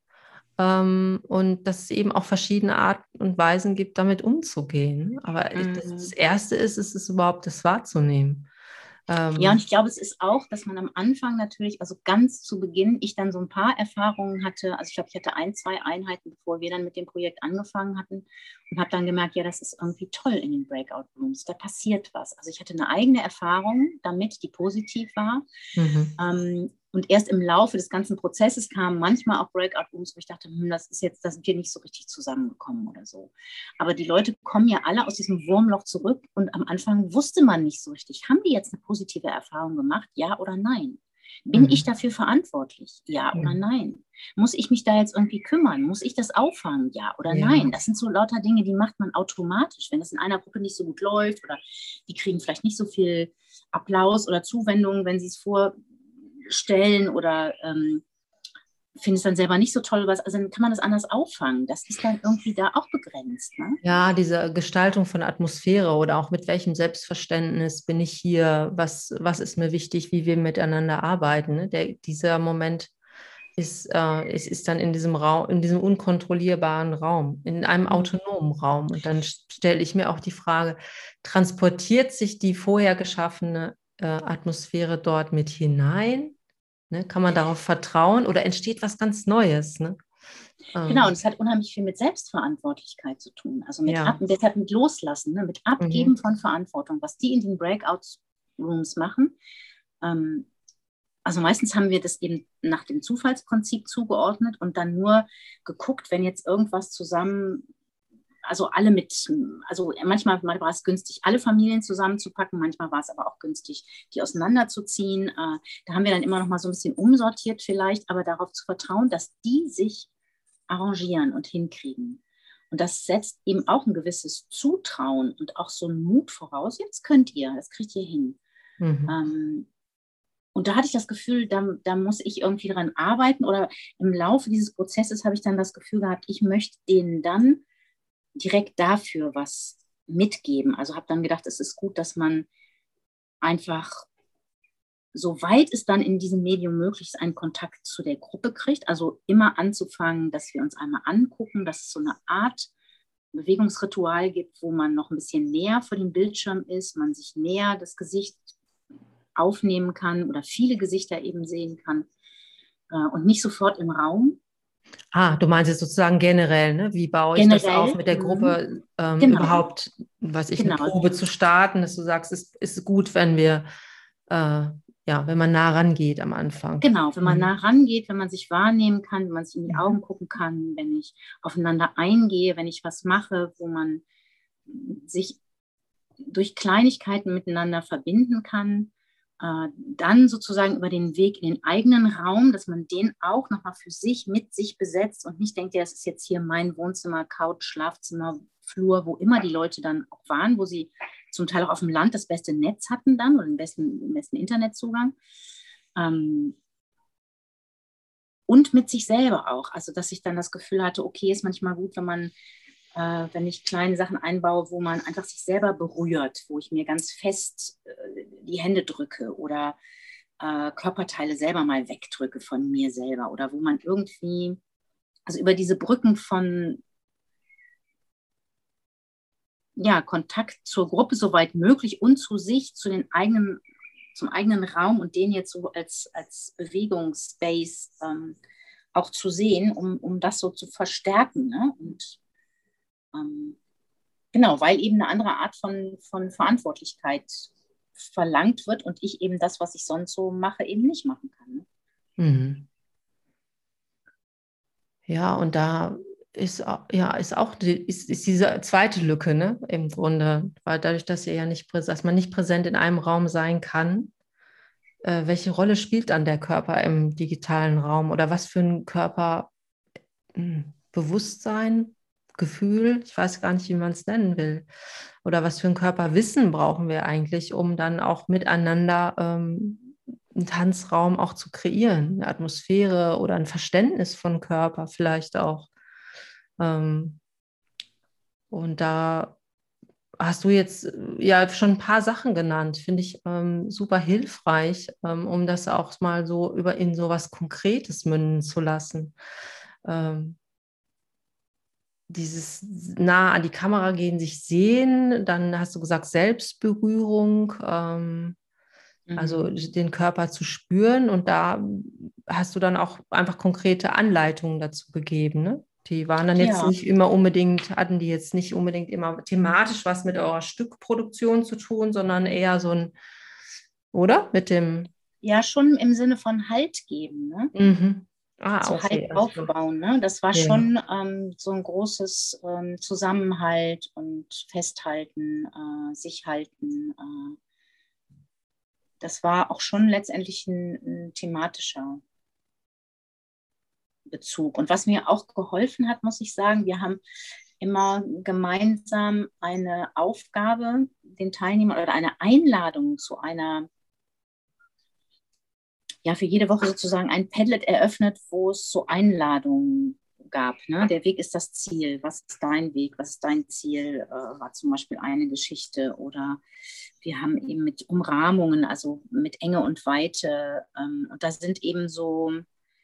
ähm, und dass es eben auch verschiedene Arten und Weisen gibt, damit umzugehen. Aber das, das Mhm. Erste ist, ist es überhaupt, das wahrzunehmen. Ja, und Ähm, ich glaube, es ist auch, dass man am Anfang natürlich, also ganz zu Beginn, ich dann so ein paar Erfahrungen hatte. Also ich glaube, ich hatte ein, zwei Einheiten, bevor wir dann mit dem Projekt angefangen hatten und habe dann gemerkt, ja, das ist irgendwie toll in den Breakout Rooms. Da passiert was. Also ich hatte eine eigene Erfahrung damit, die positiv war. mhm. Ähm, und erst im Laufe des ganzen Prozesses kamen manchmal auch Breakout-Rooms, wo ich dachte, hm, das ist jetzt, da sind wir nicht so richtig zusammengekommen oder so. Aber die Leute kommen ja alle aus diesem Wurmloch zurück und am Anfang wusste man nicht so richtig, haben die jetzt eine positive Erfahrung gemacht, ja oder nein? Bin ich Mhm. dafür verantwortlich? Ja oder Mhm. nein? Muss ich mich da jetzt irgendwie kümmern? Muss ich das auffangen? Ja oder Ja. nein? Das sind so lauter Dinge, die macht man automatisch. Wenn das in einer Gruppe nicht so gut läuft oder die kriegen vielleicht nicht so viel Applaus oder Zuwendung, wenn sie es vorstellen oder ähm, finde es dann selber nicht so toll, was, also dann kann man das anders auffangen. Das ist dann irgendwie da auch begrenzt. Ne? Ja, diese Gestaltung von Atmosphäre oder auch mit welchem Selbstverständnis bin ich hier, was, was ist mir wichtig, wie wir miteinander arbeiten. Ne? Der, dieser Moment ist, äh, ist, ist dann in diesem Raum, in diesem unkontrollierbaren Raum, in einem Mhm. autonomen Raum. Und dann stelle ich mir auch die Frage, transportiert sich die vorher geschaffene äh, Atmosphäre dort mit hinein? Ne? Kann man darauf vertrauen oder entsteht was ganz Neues? Ne? Genau, und Ähm, es hat unheimlich viel mit Selbstverantwortlichkeit zu tun. Also mit ab, ja. deshalb mit Loslassen, ne? Mit Mhm. Abgeben von Verantwortung, was die in den Breakout-Rooms machen. Ähm, also meistens haben wir das eben nach dem Zufallsprinzip zugeordnet und dann nur geguckt, wenn jetzt irgendwas zusammen, also alle mit, also manchmal war es günstig, alle Familien zusammenzupacken, manchmal war es aber auch günstig, die auseinanderzuziehen. Äh, da haben wir dann immer noch mal so ein bisschen umsortiert vielleicht, aber darauf zu vertrauen, dass die sich arrangieren und hinkriegen. Und das setzt eben auch ein gewisses Zutrauen und auch so einen Mut voraus. Jetzt könnt ihr, das kriegt ihr hin. Mhm. Ähm, und da hatte ich das Gefühl, da, da muss ich irgendwie dran arbeiten. Oder im Laufe dieses Prozesses habe ich dann das Gefühl gehabt, ich möchte denen dann direkt dafür was mitgeben. Also habe dann gedacht, es ist gut, dass man einfach, soweit es dann in diesem Medium möglich ist, einen Kontakt zu der Gruppe kriegt. Also immer anzufangen, dass wir uns einmal angucken, dass es so eine Art Bewegungsritual gibt, wo man noch ein bisschen näher vor dem Bildschirm ist, man sich näher das Gesicht aufnehmen kann oder viele Gesichter eben sehen kann äh, und nicht sofort im Raum. Ah, du meinst jetzt sozusagen generell, ne? Wie baue ich das auf Generell, mit der mh, Gruppe, ähm, genau, überhaupt, weiß ich, eine genau, Probe zu starten, dass du sagst, es ist gut, wenn wir, äh, ja, wenn man nah rangeht am Anfang. genau, wenn man Mhm. nah rangeht, wenn man sich wahrnehmen kann, wenn man sich in die Mhm. Augen gucken kann, wenn ich aufeinander eingehe, wenn ich was mache, wo man sich durch Kleinigkeiten miteinander verbinden kann, äh, dann sozusagen über den Weg in den eigenen Raum, dass man den auch nochmal für sich mit sich besetzt und nicht denkt, ja, das ist jetzt hier mein Wohnzimmer, Couch, Schlafzimmer, Flur, wo immer die Leute dann auch waren, wo sie zum Teil auch auf dem Land das beste Netz hatten dann oder den besten, den besten Internetzugang. Ähm, und mit sich selber auch. Also, dass ich dann das Gefühl hatte, okay, ist manchmal gut, wenn man, äh, wenn ich kleine Sachen einbaue, wo man einfach sich selber berührt, wo ich mir ganz fest äh, die Hände drücke oder äh, Körperteile selber mal wegdrücke von mir selber oder wo man irgendwie, also über diese Brücken von ja, Kontakt zur Gruppe soweit möglich und zu sich, zu den eigenen, zum eigenen Raum und den jetzt so als, als Bewegungsspace ähm, auch zu sehen, um, um das so zu verstärken. Ne? Und ähm, genau, weil eben eine andere Art von, von Verantwortlichkeit verlangt wird und ich eben das, was ich sonst so mache, eben nicht machen kann. Ne? Mhm. Ja, und da ist, au- ja, ist auch die, ist, ist diese zweite Lücke, ne, im Grunde, weil dadurch, dass ihr ja nicht, prä- dass man nicht präsent in einem Raum sein kann, äh, welche Rolle spielt dann der Körper im digitalen Raum oder was für ein Körper, hm, Bewusstsein, Gefühl, ich weiß gar nicht, wie man es nennen will, oder was für ein Körperwissen brauchen wir eigentlich, um dann auch miteinander ähm, einen Tanzraum auch zu kreieren, eine Atmosphäre oder ein Verständnis von Körper vielleicht auch. Ähm, und da hast du jetzt äh, ja schon ein paar Sachen genannt, finde ich ähm, super hilfreich, ähm, um das auch mal so über in so was Konkretes münden zu lassen. Ähm, dieses nah an die Kamera gehen, sich sehen, dann hast du gesagt Selbstberührung, ähm, also Mhm. den Körper zu spüren und da hast du dann auch einfach konkrete Anleitungen dazu gegeben, ne? Die waren dann jetzt Ja, nicht immer unbedingt, hatten die jetzt nicht unbedingt immer thematisch was mit eurer Stückproduktion zu tun, sondern eher so ein, oder? Mit dem, ja, schon im Sinne von Halt geben, ne? mhm. Ah, Also Halt okay, alles klar. aufbauen, ne? Das war Ja. schon ähm, so ein großes ähm, Zusammenhalt und Festhalten, äh, sich halten. Äh, das war auch schon letztendlich ein, ein thematischer Bezug. Und was mir auch geholfen hat, muss ich sagen, wir haben immer gemeinsam eine Aufgabe den Teilnehmern oder eine Einladung zu einer, ja, für jede Woche sozusagen ein Padlet eröffnet, wo es so Einladungen gab. Ne? Der Weg ist das Ziel. Was ist dein Weg? Was ist dein Ziel? Äh, war zum Beispiel eine Geschichte. Oder wir haben eben mit Umrahmungen, also mit Enge und Weite. Ähm, und da sind eben so,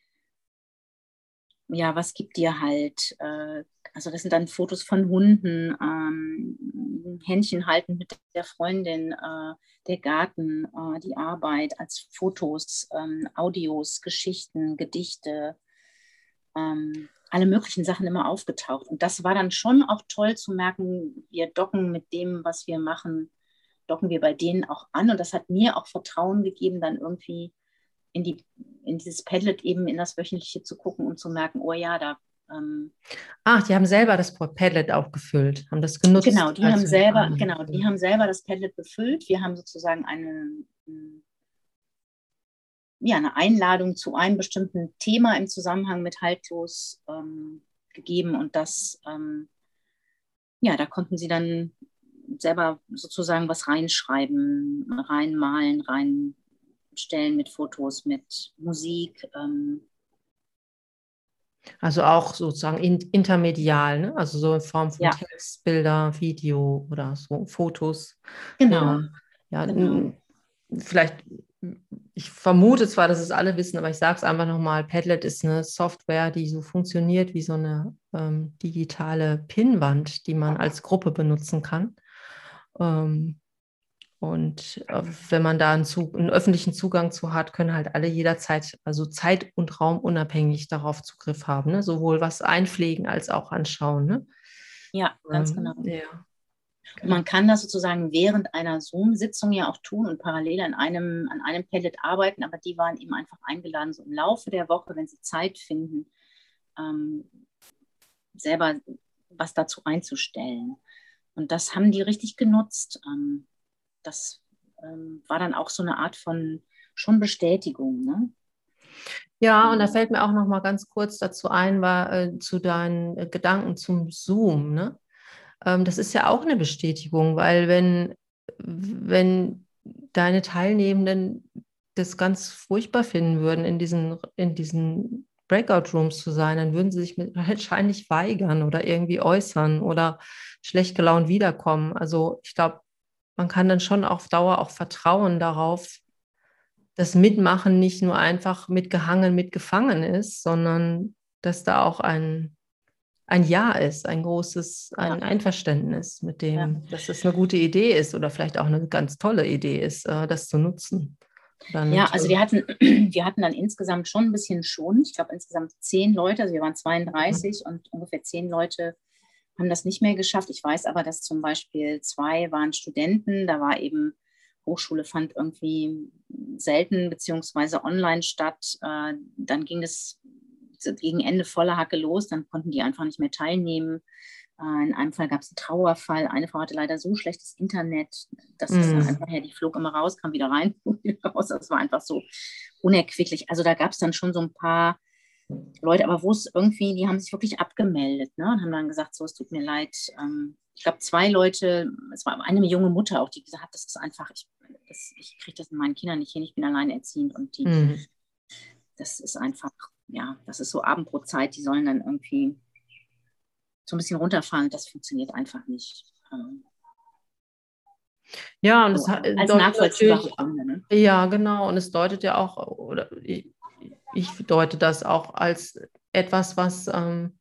ja, was gibt dir halt? Äh, also das sind dann Fotos von Hunden, ähm, Händchen halten mit der Freundin, äh, der Garten, äh, die Arbeit als Fotos, ähm, Audios, Geschichten, Gedichte, ähm, alle möglichen Sachen immer aufgetaucht. Und das war dann schon auch toll zu merken, wir docken mit dem, was wir machen, docken wir bei denen auch an. Und das hat mir auch Vertrauen gegeben, dann irgendwie in, die, in dieses Padlet eben in das Wöchentliche zu gucken und zu merken, oh ja, da. Ähm, Ach, die haben selber das Padlet auch gefüllt, haben das genutzt genau, die als haben selber, ah, genau, die haben selber das Padlet befüllt. Wir haben sozusagen eine, ja, eine Einladung zu einem bestimmten Thema im Zusammenhang mit Haltlos ähm, gegeben und das, ähm, ja, da konnten sie dann selber sozusagen was reinschreiben, reinmalen, reinstellen mit Fotos, mit Musik. Ähm, also auch sozusagen in, intermedial, ne? Also so in Form von ja, Text, Bilder, Video oder so Fotos. genau, Ja, ja, genau. n- vielleicht, ich vermute zwar, dass es alle wissen, aber ich sage es einfach nochmal, Padlet ist eine Software, die so funktioniert wie so eine ähm, digitale Pinnwand, die man als Gruppe benutzen kann. Ähm, Und äh, wenn man da einen, Zug, einen öffentlichen Zugang zu hat, können halt alle jederzeit, also zeit- und raumunabhängig darauf Zugriff haben, ne? Sowohl was einpflegen als auch anschauen. Ne? Ja, ganz Ähm, genau. ja, Und genau. man kann das sozusagen während einer Zoom-Sitzung ja auch tun und parallel an einem, an einem Padlet arbeiten, aber die waren eben einfach eingeladen, so im Laufe der Woche, wenn sie Zeit finden, ähm, selber was dazu einzustellen. Und das haben die richtig genutzt. Ähm, das ähm, war dann auch so eine Art von schon Bestätigung. Ne? Ja, und da Ähm, fällt mir auch noch mal ganz kurz dazu ein, war äh, zu deinen äh, Gedanken zum Zoom. Ne? Ähm, das ist ja auch eine Bestätigung, weil wenn, wenn deine Teilnehmenden das ganz furchtbar finden würden, in diesen, in diesen Breakout Rooms zu sein, dann würden sie sich mit, wahrscheinlich weigern oder irgendwie äußern oder schlecht gelaunt wiederkommen. Also ich glaube, man kann dann schon auf Dauer auch vertrauen darauf, dass Mitmachen nicht nur einfach mitgehangen, mitgefangen ist, sondern dass da auch ein ein Ja ist, ein großes, ja, ein Einverständnis mit ja. dem, dass es eine gute Idee ist oder vielleicht auch eine ganz tolle Idee ist, äh, das zu nutzen. Oder eine Ja, also wir tolle. hatten, wir hatten dann insgesamt schon ein bisschen Schwund. Ich glaube insgesamt zehn Leute, also wir waren zweiunddreißig und ungefähr zehn Leute haben das nicht mehr geschafft. Ich weiß aber, dass zum Beispiel zwei waren Studenten, da war eben Hochschule fand irgendwie selten beziehungsweise online statt. Äh, dann ging es gegen Ende voller Hacke los, dann konnten die einfach nicht mehr teilnehmen. In einem Fall gab es einen Trauerfall. Eine Frau hatte leider so schlechtes Internet, dass es dann Mm. einfach, ja, die flog immer raus, kam wieder rein, wieder raus. Das war einfach so unerquicklich. Also da gab es dann schon so ein paar Leute, aber wo es irgendwie, die haben sich wirklich abgemeldet, ne, und haben dann gesagt, so, es tut mir leid. Ähm, ich glaube, zwei Leute, es war eine junge Mutter auch, die gesagt hat, das ist einfach, ich, das, ich kriege das mit meinen Kindern nicht hin, ich bin alleinerziehend und die, Mhm. das ist einfach, ja, das ist so Abendbrotzeit, die sollen dann irgendwie so ein bisschen runterfahren, das funktioniert einfach nicht. Ähm, Ja, und so, es hat- als deutet nachvollziehbare natürlich, Gründe. Ne? ja, genau, und es deutet ja auch, oder ich, ich deute das auch als etwas, was, ähm,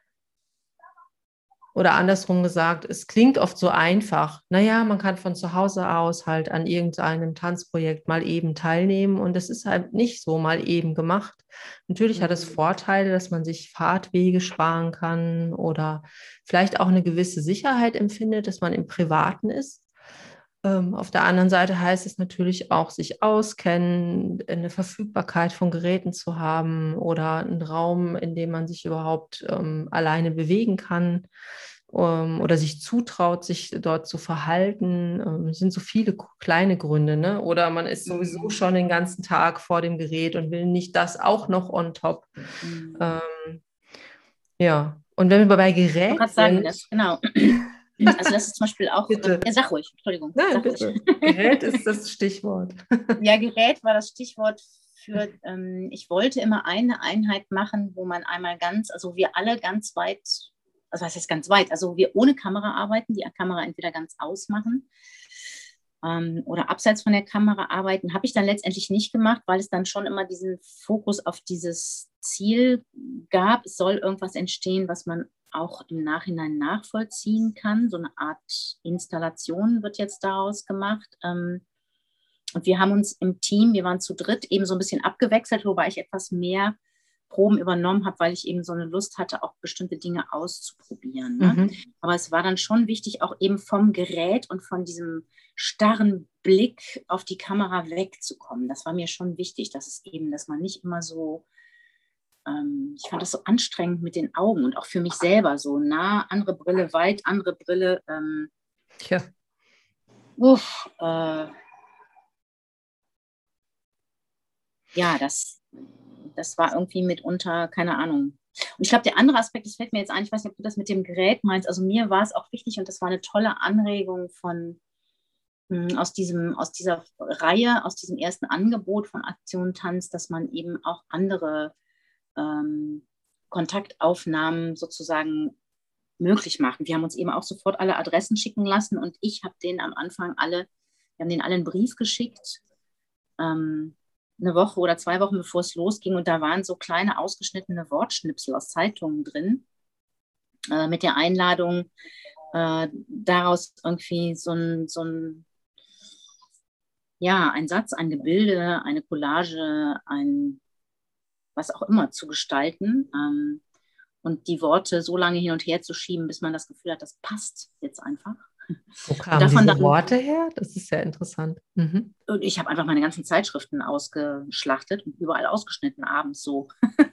oder andersrum gesagt, es klingt oft so einfach. Naja, man kann von zu Hause aus halt an irgendeinem Tanzprojekt mal eben teilnehmen und es ist halt nicht so mal eben gemacht. Natürlich hat es Mhm. Vorteile, dass man sich Fahrtwege sparen kann oder vielleicht auch eine gewisse Sicherheit empfindet, dass man im Privaten ist. Ähm, auf der anderen Seite heißt es natürlich auch, sich auskennen, eine Verfügbarkeit von Geräten zu haben oder einen Raum, in dem man sich überhaupt ähm, alleine bewegen kann ähm, oder sich zutraut, sich dort zu verhalten. Ähm, es sind so viele k- kleine Gründe, ne? Oder man ist sowieso Mhm. schon den ganzen Tag vor dem Gerät und will nicht das auch noch on top. Mhm. Ähm, ja, und wenn wir bei Ich wollte Gerät gerade sagen, sind, das, genau. Also das ist zum Beispiel auch, äh, bitte, ja, sag ruhig, Entschuldigung, nein, sag ruhig. bitte, Gerät ist das Stichwort. Ja, Gerät war das Stichwort für, ähm, ich wollte immer eine Einheit machen, wo man einmal ganz, also wir alle ganz weit, also was heißt ganz weit, also wir ohne Kamera arbeiten, die Kamera entweder ganz ausmachen ähm, oder abseits von der Kamera arbeiten, habe ich dann letztendlich nicht gemacht, weil es dann schon immer diesen Fokus auf dieses Ziel gab, es soll irgendwas entstehen, was man auch im Nachhinein nachvollziehen kann. So eine Art Installation wird jetzt daraus gemacht. Ähm, und wir haben uns im Team, wir waren zu dritt, eben so ein bisschen abgewechselt, wobei ich etwas mehr Proben übernommen habe, weil ich eben so eine Lust hatte, auch bestimmte Dinge auszuprobieren. Ne? Mhm. Aber es war dann schon wichtig, auch eben vom Gerät und von diesem starren Blick auf die Kamera wegzukommen. Das war mir schon wichtig, dass es eben, dass man nicht immer so, ähm, ich fand das so anstrengend mit den Augen und auch für mich selber so nah, andere Brille, weit, andere Brille. Ähm, Ja. uff, äh, ja, das, das war irgendwie mitunter, keine Ahnung. Und ich glaube, der andere Aspekt, das fällt mir jetzt ein, ich weiß nicht, ob du das mit dem Gerät meinst, also mir war es auch wichtig und das war eine tolle Anregung von mh, aus, diesem, aus dieser Reihe, aus diesem ersten Angebot von Aktion Tanz, dass man eben auch andere ähm, Kontaktaufnahmen sozusagen möglich macht. Wir haben uns eben auch sofort alle Adressen schicken lassen und ich habe denen am Anfang alle, wir haben denen alle einen Brief geschickt, ähm, eine Woche oder zwei Wochen bevor es losging und da waren so kleine ausgeschnittene Wortschnipsel aus Zeitungen drin äh, mit der Einladung, äh, daraus irgendwie so ein, so ein, ja, ein Satz, ein Gebilde, eine Collage, ein was auch immer zu gestalten ähm, und die Worte so lange hin und her zu schieben, bis man das Gefühl hat, das passt jetzt einfach. Wo Und kamen davon diese dann, Worte her? Das ist sehr interessant. Mhm. und ich habe einfach meine ganzen Zeitschriften ausgeschlachtet und überall ausgeschnitten abends so.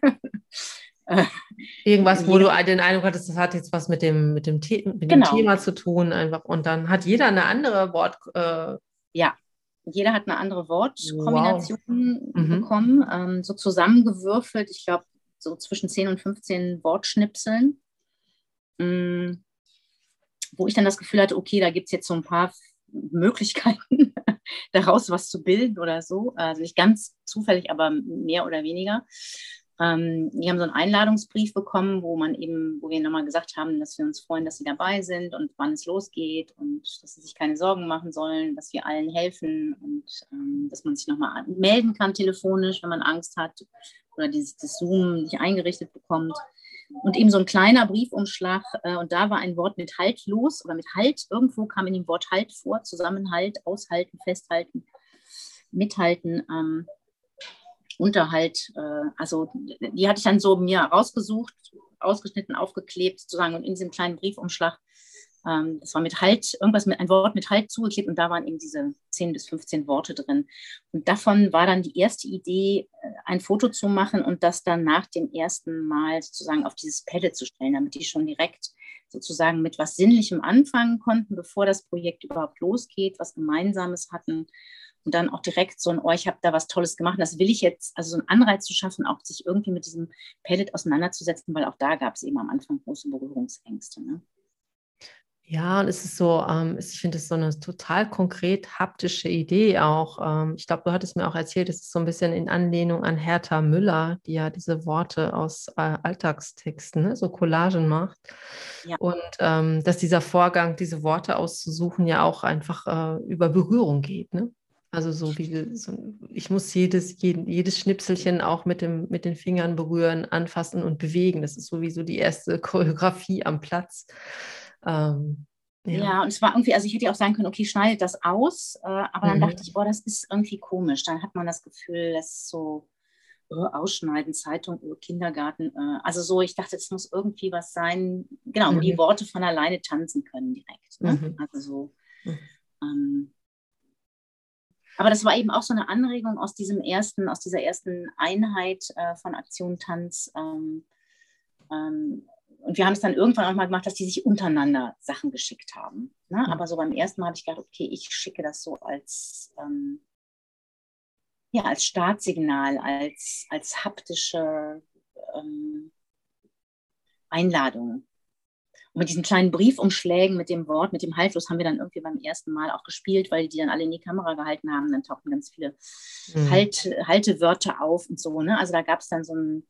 äh, Irgendwas, wo jeder, du den Eindruck hattest, das hat jetzt was mit dem, mit dem, The mit dem genau, Thema zu tun, einfach. Und dann hat jeder eine andere Wort. Äh, ja. Jeder hat eine andere wow. Wortkombination Mhm. bekommen, ähm, so zusammengewürfelt, ich glaube, so zwischen zehn und fünfzehn Wortschnipseln, mh, wo ich dann das Gefühl hatte, okay, da gibt es jetzt so ein paar Möglichkeiten, daraus was zu bilden oder so. Also nicht ganz zufällig, aber mehr oder weniger. Ähm, die haben so einen Einladungsbrief bekommen, wo man eben, wo wir nochmal gesagt haben, dass wir uns freuen, dass sie dabei sind und wann es losgeht und dass sie sich keine Sorgen machen sollen, dass wir allen helfen und ähm, dass man sich nochmal melden kann telefonisch, wenn man Angst hat oder dieses das Zoom nicht eingerichtet bekommt. Und eben so ein kleiner Briefumschlag äh, und da war ein Wort mit Halt los oder mit Halt. Irgendwo kam in dem Wort Halt vor, Zusammenhalt, aushalten, festhalten, mithalten. Ähm, Unterhalt, äh, also die hatte ich dann so mir rausgesucht, ausgeschnitten, aufgeklebt sozusagen und in diesem kleinen Briefumschlag, ähm, das war mit Halt, irgendwas mit, ein Wort mit Halt zugeklebt und da waren eben diese zehn bis fünfzehn Worte drin. Und davon war dann die erste Idee, ein Foto zu machen und das dann nach dem ersten Mal sozusagen auf dieses Padlet zu stellen, damit die schon direkt sozusagen mit was Sinnlichem anfangen konnten, bevor das Projekt überhaupt losgeht, was Gemeinsames hatten und dann auch direkt so ein, oh, ich habe da was Tolles gemacht. Das will ich jetzt, also so einen Anreiz zu schaffen, auch sich irgendwie mit diesem Pellet auseinanderzusetzen, weil auch da gab es eben am Anfang große Berührungsängste. Ne? Ja, und es ist so, ähm, es- ich finde es so eine total konkret haptische Idee auch. Ähm, ich glaube, du hattest mir auch erzählt, es ist so ein bisschen in Anlehnung an Herta Müller, die ja diese Worte aus äh, Alltagstexten, ne, so Collagen macht. Ja, Und ähm, dass dieser Vorgang, diese Worte auszusuchen, ja auch einfach äh, über Berührung geht, ne? Also so wie wir- so, ich muss jedes, jeden, jedes Schnipselchen auch mit dem, mit den Fingern berühren, anfassen und bewegen. Das ist sowieso die erste Choreografie am Platz. Ähm, ja. ja, und es war irgendwie, also ich hätte ja auch sagen können, okay, schneidet das aus, äh, aber dann dachte Mhm. ich, oh, das ist irgendwie komisch. Dann hat man das Gefühl, das ist so äh, Ausschneiden, Zeitung, äh, Kindergarten. Äh, also so, ich dachte, es muss irgendwie was sein, genau, wo die Mhm. Worte von alleine tanzen können direkt. Ne? Mhm. Also so. Mhm. Ähm, aber das war eben auch so eine Anregung aus diesem ersten, aus dieser ersten Einheit äh, von Aktion Tanz. Ähm, ähm, und wir haben es dann irgendwann auch mal gemacht, dass die sich untereinander Sachen geschickt haben. Ne? Aber so beim ersten Mal habe ich gedacht, okay, ich schicke das so als, ähm, ja, als Startsignal, als, als haptische ähm, Einladung. Und mit diesen kleinen Briefumschlägen mit dem Wort, mit dem Haltlos haben wir dann irgendwie beim ersten Mal auch gespielt, weil die dann alle in die Kamera gehalten haben. Dann tauchten ganz viele Mhm. halt, Haltewörter auf und so. Ne? Also da gab es dann so ein,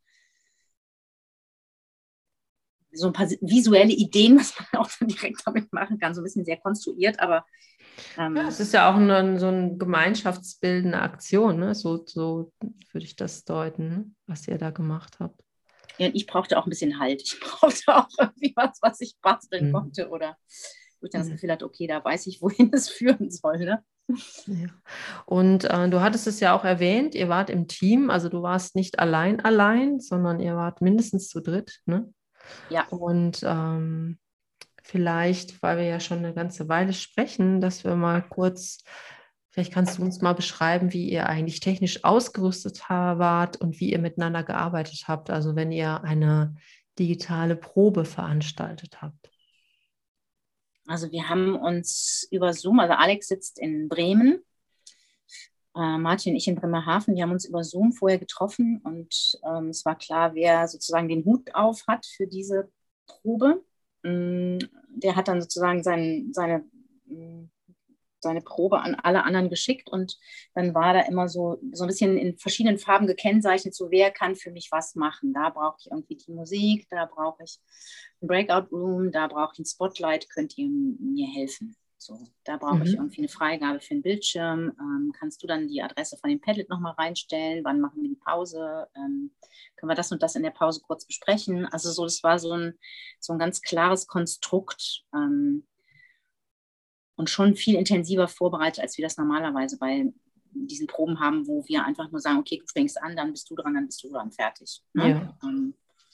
so ein paar visuelle Ideen, was man auch dann direkt damit machen kann. So ein bisschen sehr konstruiert, aber Ja, es ähm, ist ja auch eine, so eine gemeinschaftsbildende Aktion, ne? So, so würde ich das deuten, ne? Was ihr da gemacht habt. ja, ich brauchte auch ein bisschen Halt. Ich brauchte auch irgendwie was, was ich basteln Mhm. konnte oder wo ich dann das Mhm. Gefühl hatte, okay, da weiß ich, wohin es führen soll. Ne? Ja. Und äh, du hattest es ja auch erwähnt, ihr wart im Team, also du warst nicht allein allein, sondern ihr wart mindestens zu dritt, ne? Ja, Und ähm, vielleicht, weil wir ja schon eine ganze Weile sprechen, dass wir mal kurz, vielleicht kannst du uns mal beschreiben, wie ihr eigentlich technisch ausgerüstet wart und wie ihr miteinander gearbeitet habt. Also wenn ihr eine digitale Probe veranstaltet habt. also wir haben uns über Zoom, also Alex sitzt in Bremen, äh, Martin und ich in Bremerhaven, wir haben uns über Zoom vorher getroffen und ähm, es war klar, wer sozusagen den Hut auf hat für diese Probe. Mm, der hat dann sozusagen sein, seine mm, seine Probe an alle anderen geschickt und dann war da immer so, so ein bisschen in verschiedenen Farben gekennzeichnet, so wer kann für mich was machen. Da brauche ich irgendwie die Musik, da brauche ich ein Breakout Room, da brauche ich ein Spotlight, könnt ihr mir helfen. So, da brauche ich Mhm. irgendwie eine Freigabe für einen Bildschirm. Ähm, kannst du dann die Adresse von dem Padlet nochmal reinstellen? Wann machen wir die Pause? Ähm, können wir das und das in der Pause kurz besprechen? Also so, das war so ein, so ein ganz klares Konstrukt. Ähm, und schon viel intensiver vorbereitet, als wir das normalerweise bei diesen Proben haben, wo wir einfach nur sagen, okay, du fängst an, dann bist du dran, dann bist du dran, fertig. Ne? Ja. Ähm,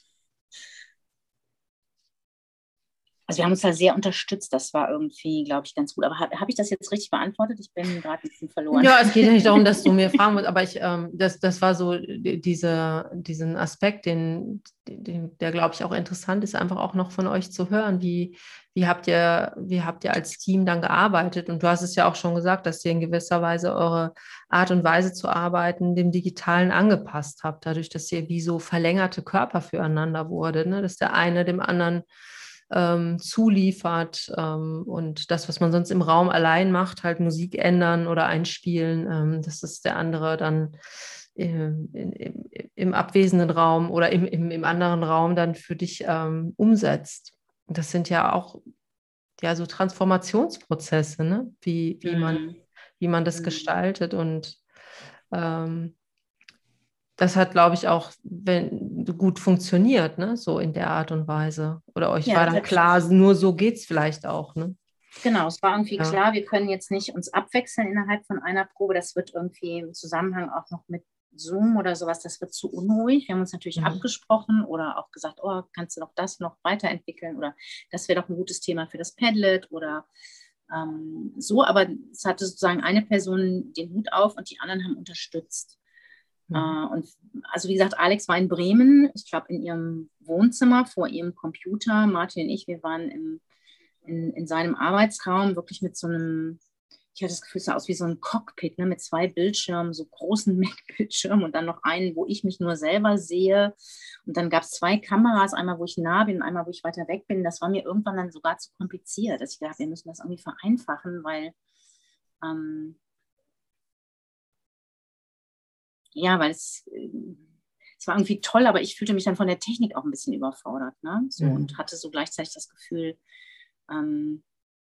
also wir haben uns da sehr unterstützt, das war irgendwie, glaube ich, ganz gut. Aber habe hab ich das jetzt richtig beantwortet? Ich bin gerade ein bisschen verloren. Ja, es geht ja nicht darum, dass du mir fragen musst, aber ich, ähm, das, das war so die- diese, diesen Aspekt, den, den, der, glaube ich, auch interessant ist, einfach auch noch von euch zu hören. Wie, wie habt ihr, wie habt ihr als Team dann gearbeitet? Und du hast es ja auch schon gesagt, dass ihr in gewisser Weise eure Art und Weise zu arbeiten dem Digitalen angepasst habt, dadurch, dass ihr wie so verlängerte Körper füreinander wurde, ne? Dass der eine dem anderen ähm, zuliefert ähm, und das, was man sonst im Raum allein macht, halt Musik ändern oder einspielen, ähm, dass das der andere dann im, im, im abwesenden Raum oder im, im, im anderen Raum dann für dich ähm, umsetzt. Das sind ja auch ja so Transformationsprozesse, ne? Wie, wie man, Mm, wie man das mm, gestaltet und ähm, das hat, glaube ich, auch wenn, gut funktioniert, ne? So in der Art und Weise. Oder euch ja, war das dann hat, klar, nur so geht es vielleicht auch, ne? genau, es war irgendwie Ja. klar, wir können jetzt nicht uns abwechseln innerhalb von einer Probe. Das wird irgendwie im Zusammenhang auch noch mit Zoom oder sowas, das wird zu unruhig. Wir haben uns natürlich Mhm. abgesprochen oder auch gesagt, oh, kannst du doch das noch weiterentwickeln oder das wäre doch ein gutes Thema für das Padlet oder ähm, so. Aber es hatte sozusagen eine Person den Hut auf und die anderen haben unterstützt. Äh, Mhm. und also wie gesagt, Alex war in Bremen, ich glaube in ihrem Wohnzimmer vor ihrem Computer. Martin und ich, wir waren im in, in seinem Arbeitsraum wirklich mit so einem, ich hatte das Gefühl, es sah aus wie so ein Cockpit, ne, mit zwei Bildschirmen, so großen Mac-Bildschirmen und dann noch einen, wo ich mich nur selber sehe. Und dann gab es zwei Kameras, einmal, wo ich nah bin und einmal, wo ich weiter weg bin. Das war mir irgendwann dann sogar zu kompliziert, dass ich dachte, wir müssen das irgendwie vereinfachen, weil ähm, ja, weil es, äh, es war irgendwie toll, aber ich fühlte mich dann von der Technik auch ein bisschen überfordert, ne? So, Mhm. und hatte so gleichzeitig das Gefühl, ähm,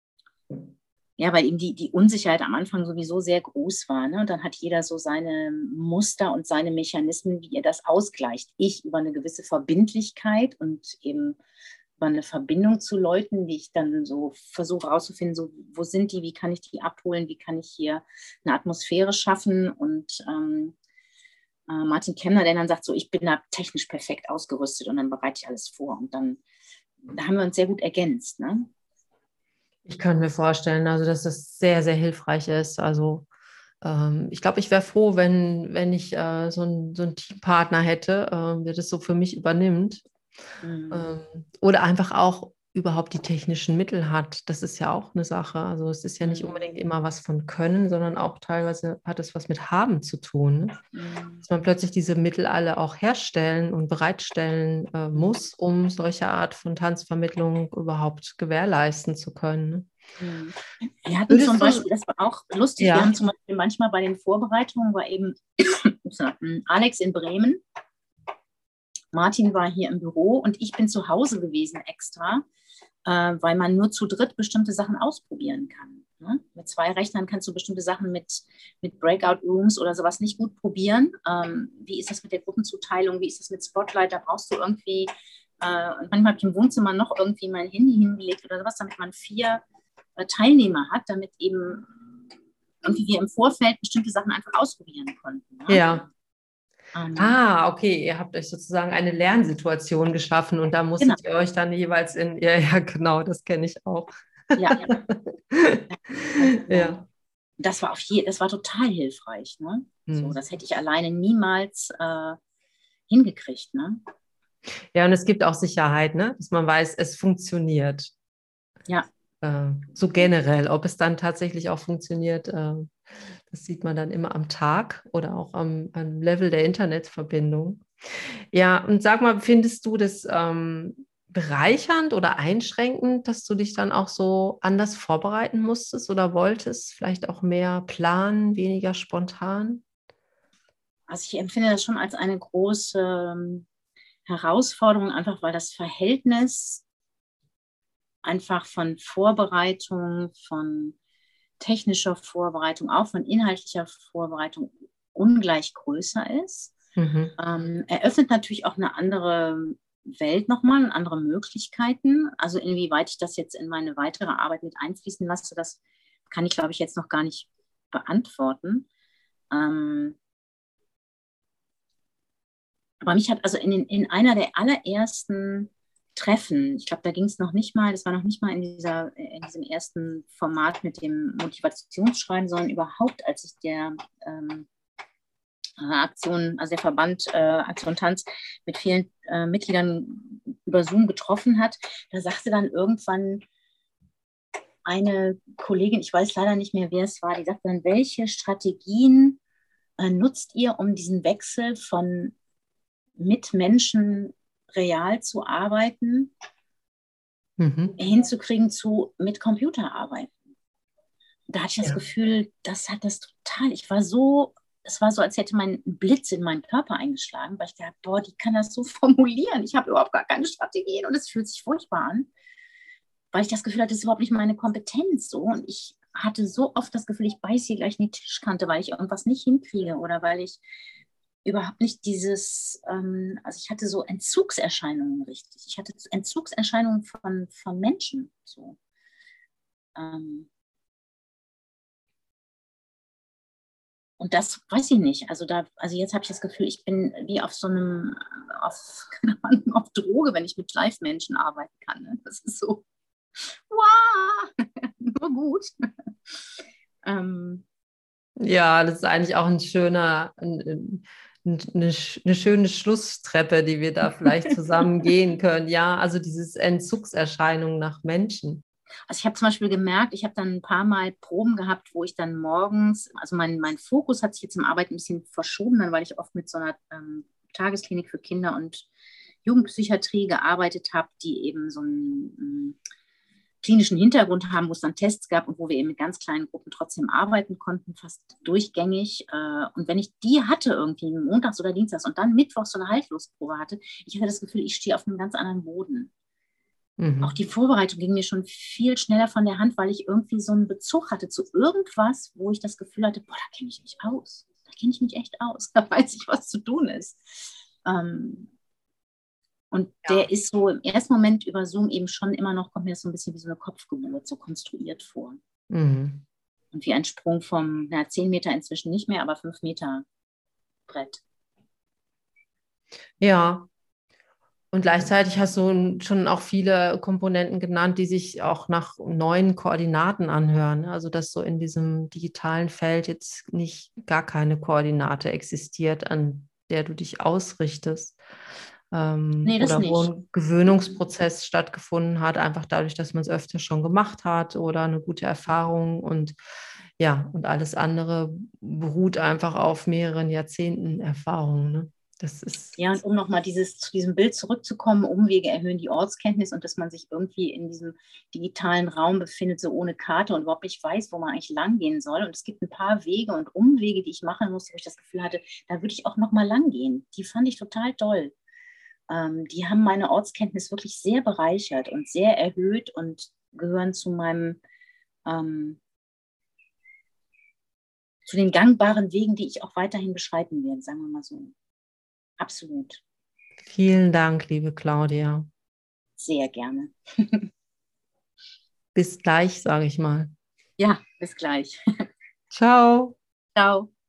ja, weil eben die, die Unsicherheit am Anfang sowieso sehr groß war. Ne? Und dann hat jeder so seine Muster und seine Mechanismen, wie er das ausgleicht. Ich über eine gewisse Verbindlichkeit und eben über eine Verbindung zu Leuten, wie ich dann so versuche herauszufinden, so, wo sind die, wie kann ich die abholen, wie kann ich hier eine Atmosphäre schaffen. Und ähm, äh, Martin Kemmner, der dann sagt, so, ich bin da technisch perfekt ausgerüstet und dann bereite ich alles vor. Und dann da haben wir uns sehr gut ergänzt. Ne? Ich kann mir vorstellen, also dass das sehr, sehr hilfreich ist. Also ähm, ich glaube, ich wäre froh, wenn, wenn ich äh, so, ein, so einen Teampartner hätte, ähm, der das so für mich übernimmt. Mhm. Ähm, oder einfach auch überhaupt die technischen Mittel hat. Das ist ja auch eine Sache. Also es ist ja nicht Mhm. unbedingt immer was von Können, sondern auch teilweise hat es was mit Haben zu tun. Ne? Mhm. Dass man plötzlich diese Mittel alle auch herstellen und bereitstellen äh, muss, um solche Art von Tanzvermittlung überhaupt gewährleisten zu können. Ne? Mhm. Wir hatten Würdest zum du, Beispiel, das war auch lustig, wir ja, haben zum Beispiel manchmal bei den Vorbereitungen war eben Alex in Bremen, Martin war hier im Büro und ich bin zu Hause gewesen extra, äh, weil man nur zu dritt bestimmte Sachen ausprobieren kann. Ne? Mit zwei Rechnern kannst du bestimmte Sachen mit, mit Breakout Rooms oder sowas nicht gut probieren. Ähm, wie ist das mit der Gruppenzuteilung? Wie ist das mit Spotlight? Da brauchst du irgendwie, äh, und manchmal habe ich im Wohnzimmer noch irgendwie mein Handy hingelegt oder sowas, damit man vier äh, Teilnehmer hat, damit eben irgendwie wir im Vorfeld bestimmte Sachen einfach ausprobieren konnten. Ne? ja. Ähm, Ah, okay, ihr habt euch sozusagen eine Lernsituation geschaffen und da genau, musstet ihr euch dann jeweils in, ja, ja, genau, das kenne ich auch. ja. Also, Ja. das war auf je, das war total hilfreich. Ne? So, Hm. das hätte ich alleine niemals äh, hingekriegt. Ne? Ja, und es gibt auch Sicherheit, ne? Dass man weiß, es funktioniert. Ja. Äh, so generell, ob es dann tatsächlich auch funktioniert, äh, das sieht man dann immer am Tag oder auch am, am Level der Internetverbindung. Ja, und sag mal, findest du das ähm, bereichernd oder einschränkend, dass du dich dann auch so anders vorbereiten musstest oder wolltest? Vielleicht auch mehr planen, weniger spontan? Also ich empfinde das schon als eine große ähm, Herausforderung, einfach weil das Verhältnis einfach von Vorbereitung, von technischer Vorbereitung, auch von inhaltlicher Vorbereitung ungleich größer ist. Mhm. Ähm, eröffnet natürlich auch eine andere Welt nochmal und andere Möglichkeiten. Also inwieweit ich das jetzt in meine weitere Arbeit mit einfließen lasse, das kann ich, glaube ich, jetzt noch gar nicht beantworten. Ähm, aber mich hat also in, den, in einer der allerersten Treffen, ich glaube, da ging es noch nicht mal, das war noch nicht mal in, dieser, in diesem ersten Format mit dem Motivationsschreiben, sondern überhaupt, als ich der ähm, Aktion, also der Verband äh, Aktion Tanz mit vielen äh, Mitgliedern über Zoom getroffen hat, da sagte dann irgendwann eine Kollegin, ich weiß leider nicht mehr, wer es war, die sagte dann, welche Strategien äh, nutzt ihr, um diesen Wechsel von mit Menschen real zu arbeiten, Mhm. hinzukriegen zu mit Computer arbeiten? Da hatte ich das Ja. Gefühl, das hat das total, ich war so, es war so, als hätte mein Blitz in meinen Körper eingeschlagen, weil ich dachte, boah, die kann das so formulieren. Ich habe überhaupt gar keine Strategien und es fühlt sich furchtbar an, weil ich das Gefühl hatte, das ist überhaupt nicht meine Kompetenz so. Und ich hatte so oft das Gefühl, ich beiße hier gleich in die Tischkante, weil ich irgendwas nicht hinkriege oder weil ich überhaupt nicht dieses, ähm, also ich hatte so Entzugserscheinungen richtig. Ich hatte Entzugserscheinungen von, von Menschen. So. Ähm, Und das weiß ich nicht. Also da, also jetzt habe ich das Gefühl, ich bin wie auf so einem, auf, keine Ahnung, auf Droge, wenn ich mit Live-Menschen arbeiten kann. Ne? Das ist so, wow, nur gut. ähm, Ja, das ist eigentlich auch ein schöner, ein, ein, eine, eine schöne Schlusstreppe, die wir da vielleicht zusammen gehen können. Ja, also dieses Entzugserscheinung nach Menschen. Also ich habe zum Beispiel gemerkt, ich habe dann ein paar Mal Proben gehabt, wo ich dann morgens, also mein, mein Fokus hat sich jetzt im Arbeiten ein bisschen verschoben, dann, weil ich oft mit so einer ähm, Tagesklinik für Kinder- und Jugendpsychiatrie gearbeitet habe, die eben so einen ähm, klinischen Hintergrund haben, wo es dann Tests gab und wo wir eben mit ganz kleinen Gruppen trotzdem arbeiten konnten, fast durchgängig. Äh, und wenn ich die hatte irgendwie montags oder dienstags und dann mittwochs so eine Haltlosprobe hatte, ich hatte das Gefühl, ich stehe auf einem ganz anderen Boden. Auch Mhm. die Vorbereitung ging mir schon viel schneller von der Hand, weil ich irgendwie so einen Bezug hatte zu irgendwas, wo ich das Gefühl hatte, boah, da kenne ich mich aus. Da kenne ich mich echt aus. Da weiß ich, was zu tun ist. Ähm, und Ja. der ist so im ersten Moment über Zoom eben schon immer noch, kommt mir das so ein bisschen wie so eine Kopfgeburt, so konstruiert vor. Mhm. Und wie ein Sprung vom, na, zehn Meter inzwischen nicht mehr, aber fünf Meter Brett. Ja. Und gleichzeitig hast du schon auch viele Komponenten genannt, die sich auch nach neuen Koordinaten anhören. Also dass so in diesem digitalen Feld jetzt nicht gar keine Koordinate existiert, an der du dich ausrichtest. Ähm, Nee, das oder wo nicht. ein Gewöhnungsprozess stattgefunden hat, einfach dadurch, dass man es öfter schon gemacht hat oder eine gute Erfahrung und ja, und alles andere beruht einfach auf mehreren Jahrzehnten Erfahrung. Ne? Das ist Ja, und um nochmal dieses, zu diesem Bild zurückzukommen, Umwege erhöhen die Ortskenntnis und dass man sich irgendwie in diesem digitalen Raum befindet, so ohne Karte und überhaupt nicht weiß, wo man eigentlich langgehen soll. Und es gibt ein paar Wege und Umwege, die ich machen musste, wo ich das Gefühl hatte, da würde ich auch nochmal langgehen. Die fand ich total toll. Ähm, die haben meine Ortskenntnis wirklich sehr bereichert und sehr erhöht und gehören zu meinem, ähm, zu den gangbaren Wegen, die ich auch weiterhin beschreiten werde, sagen wir mal so. Absolut. vielen Dank, liebe Claudia. Sehr gerne. Bis gleich, sage ich mal. Ja, bis gleich. Ciao. Ciao.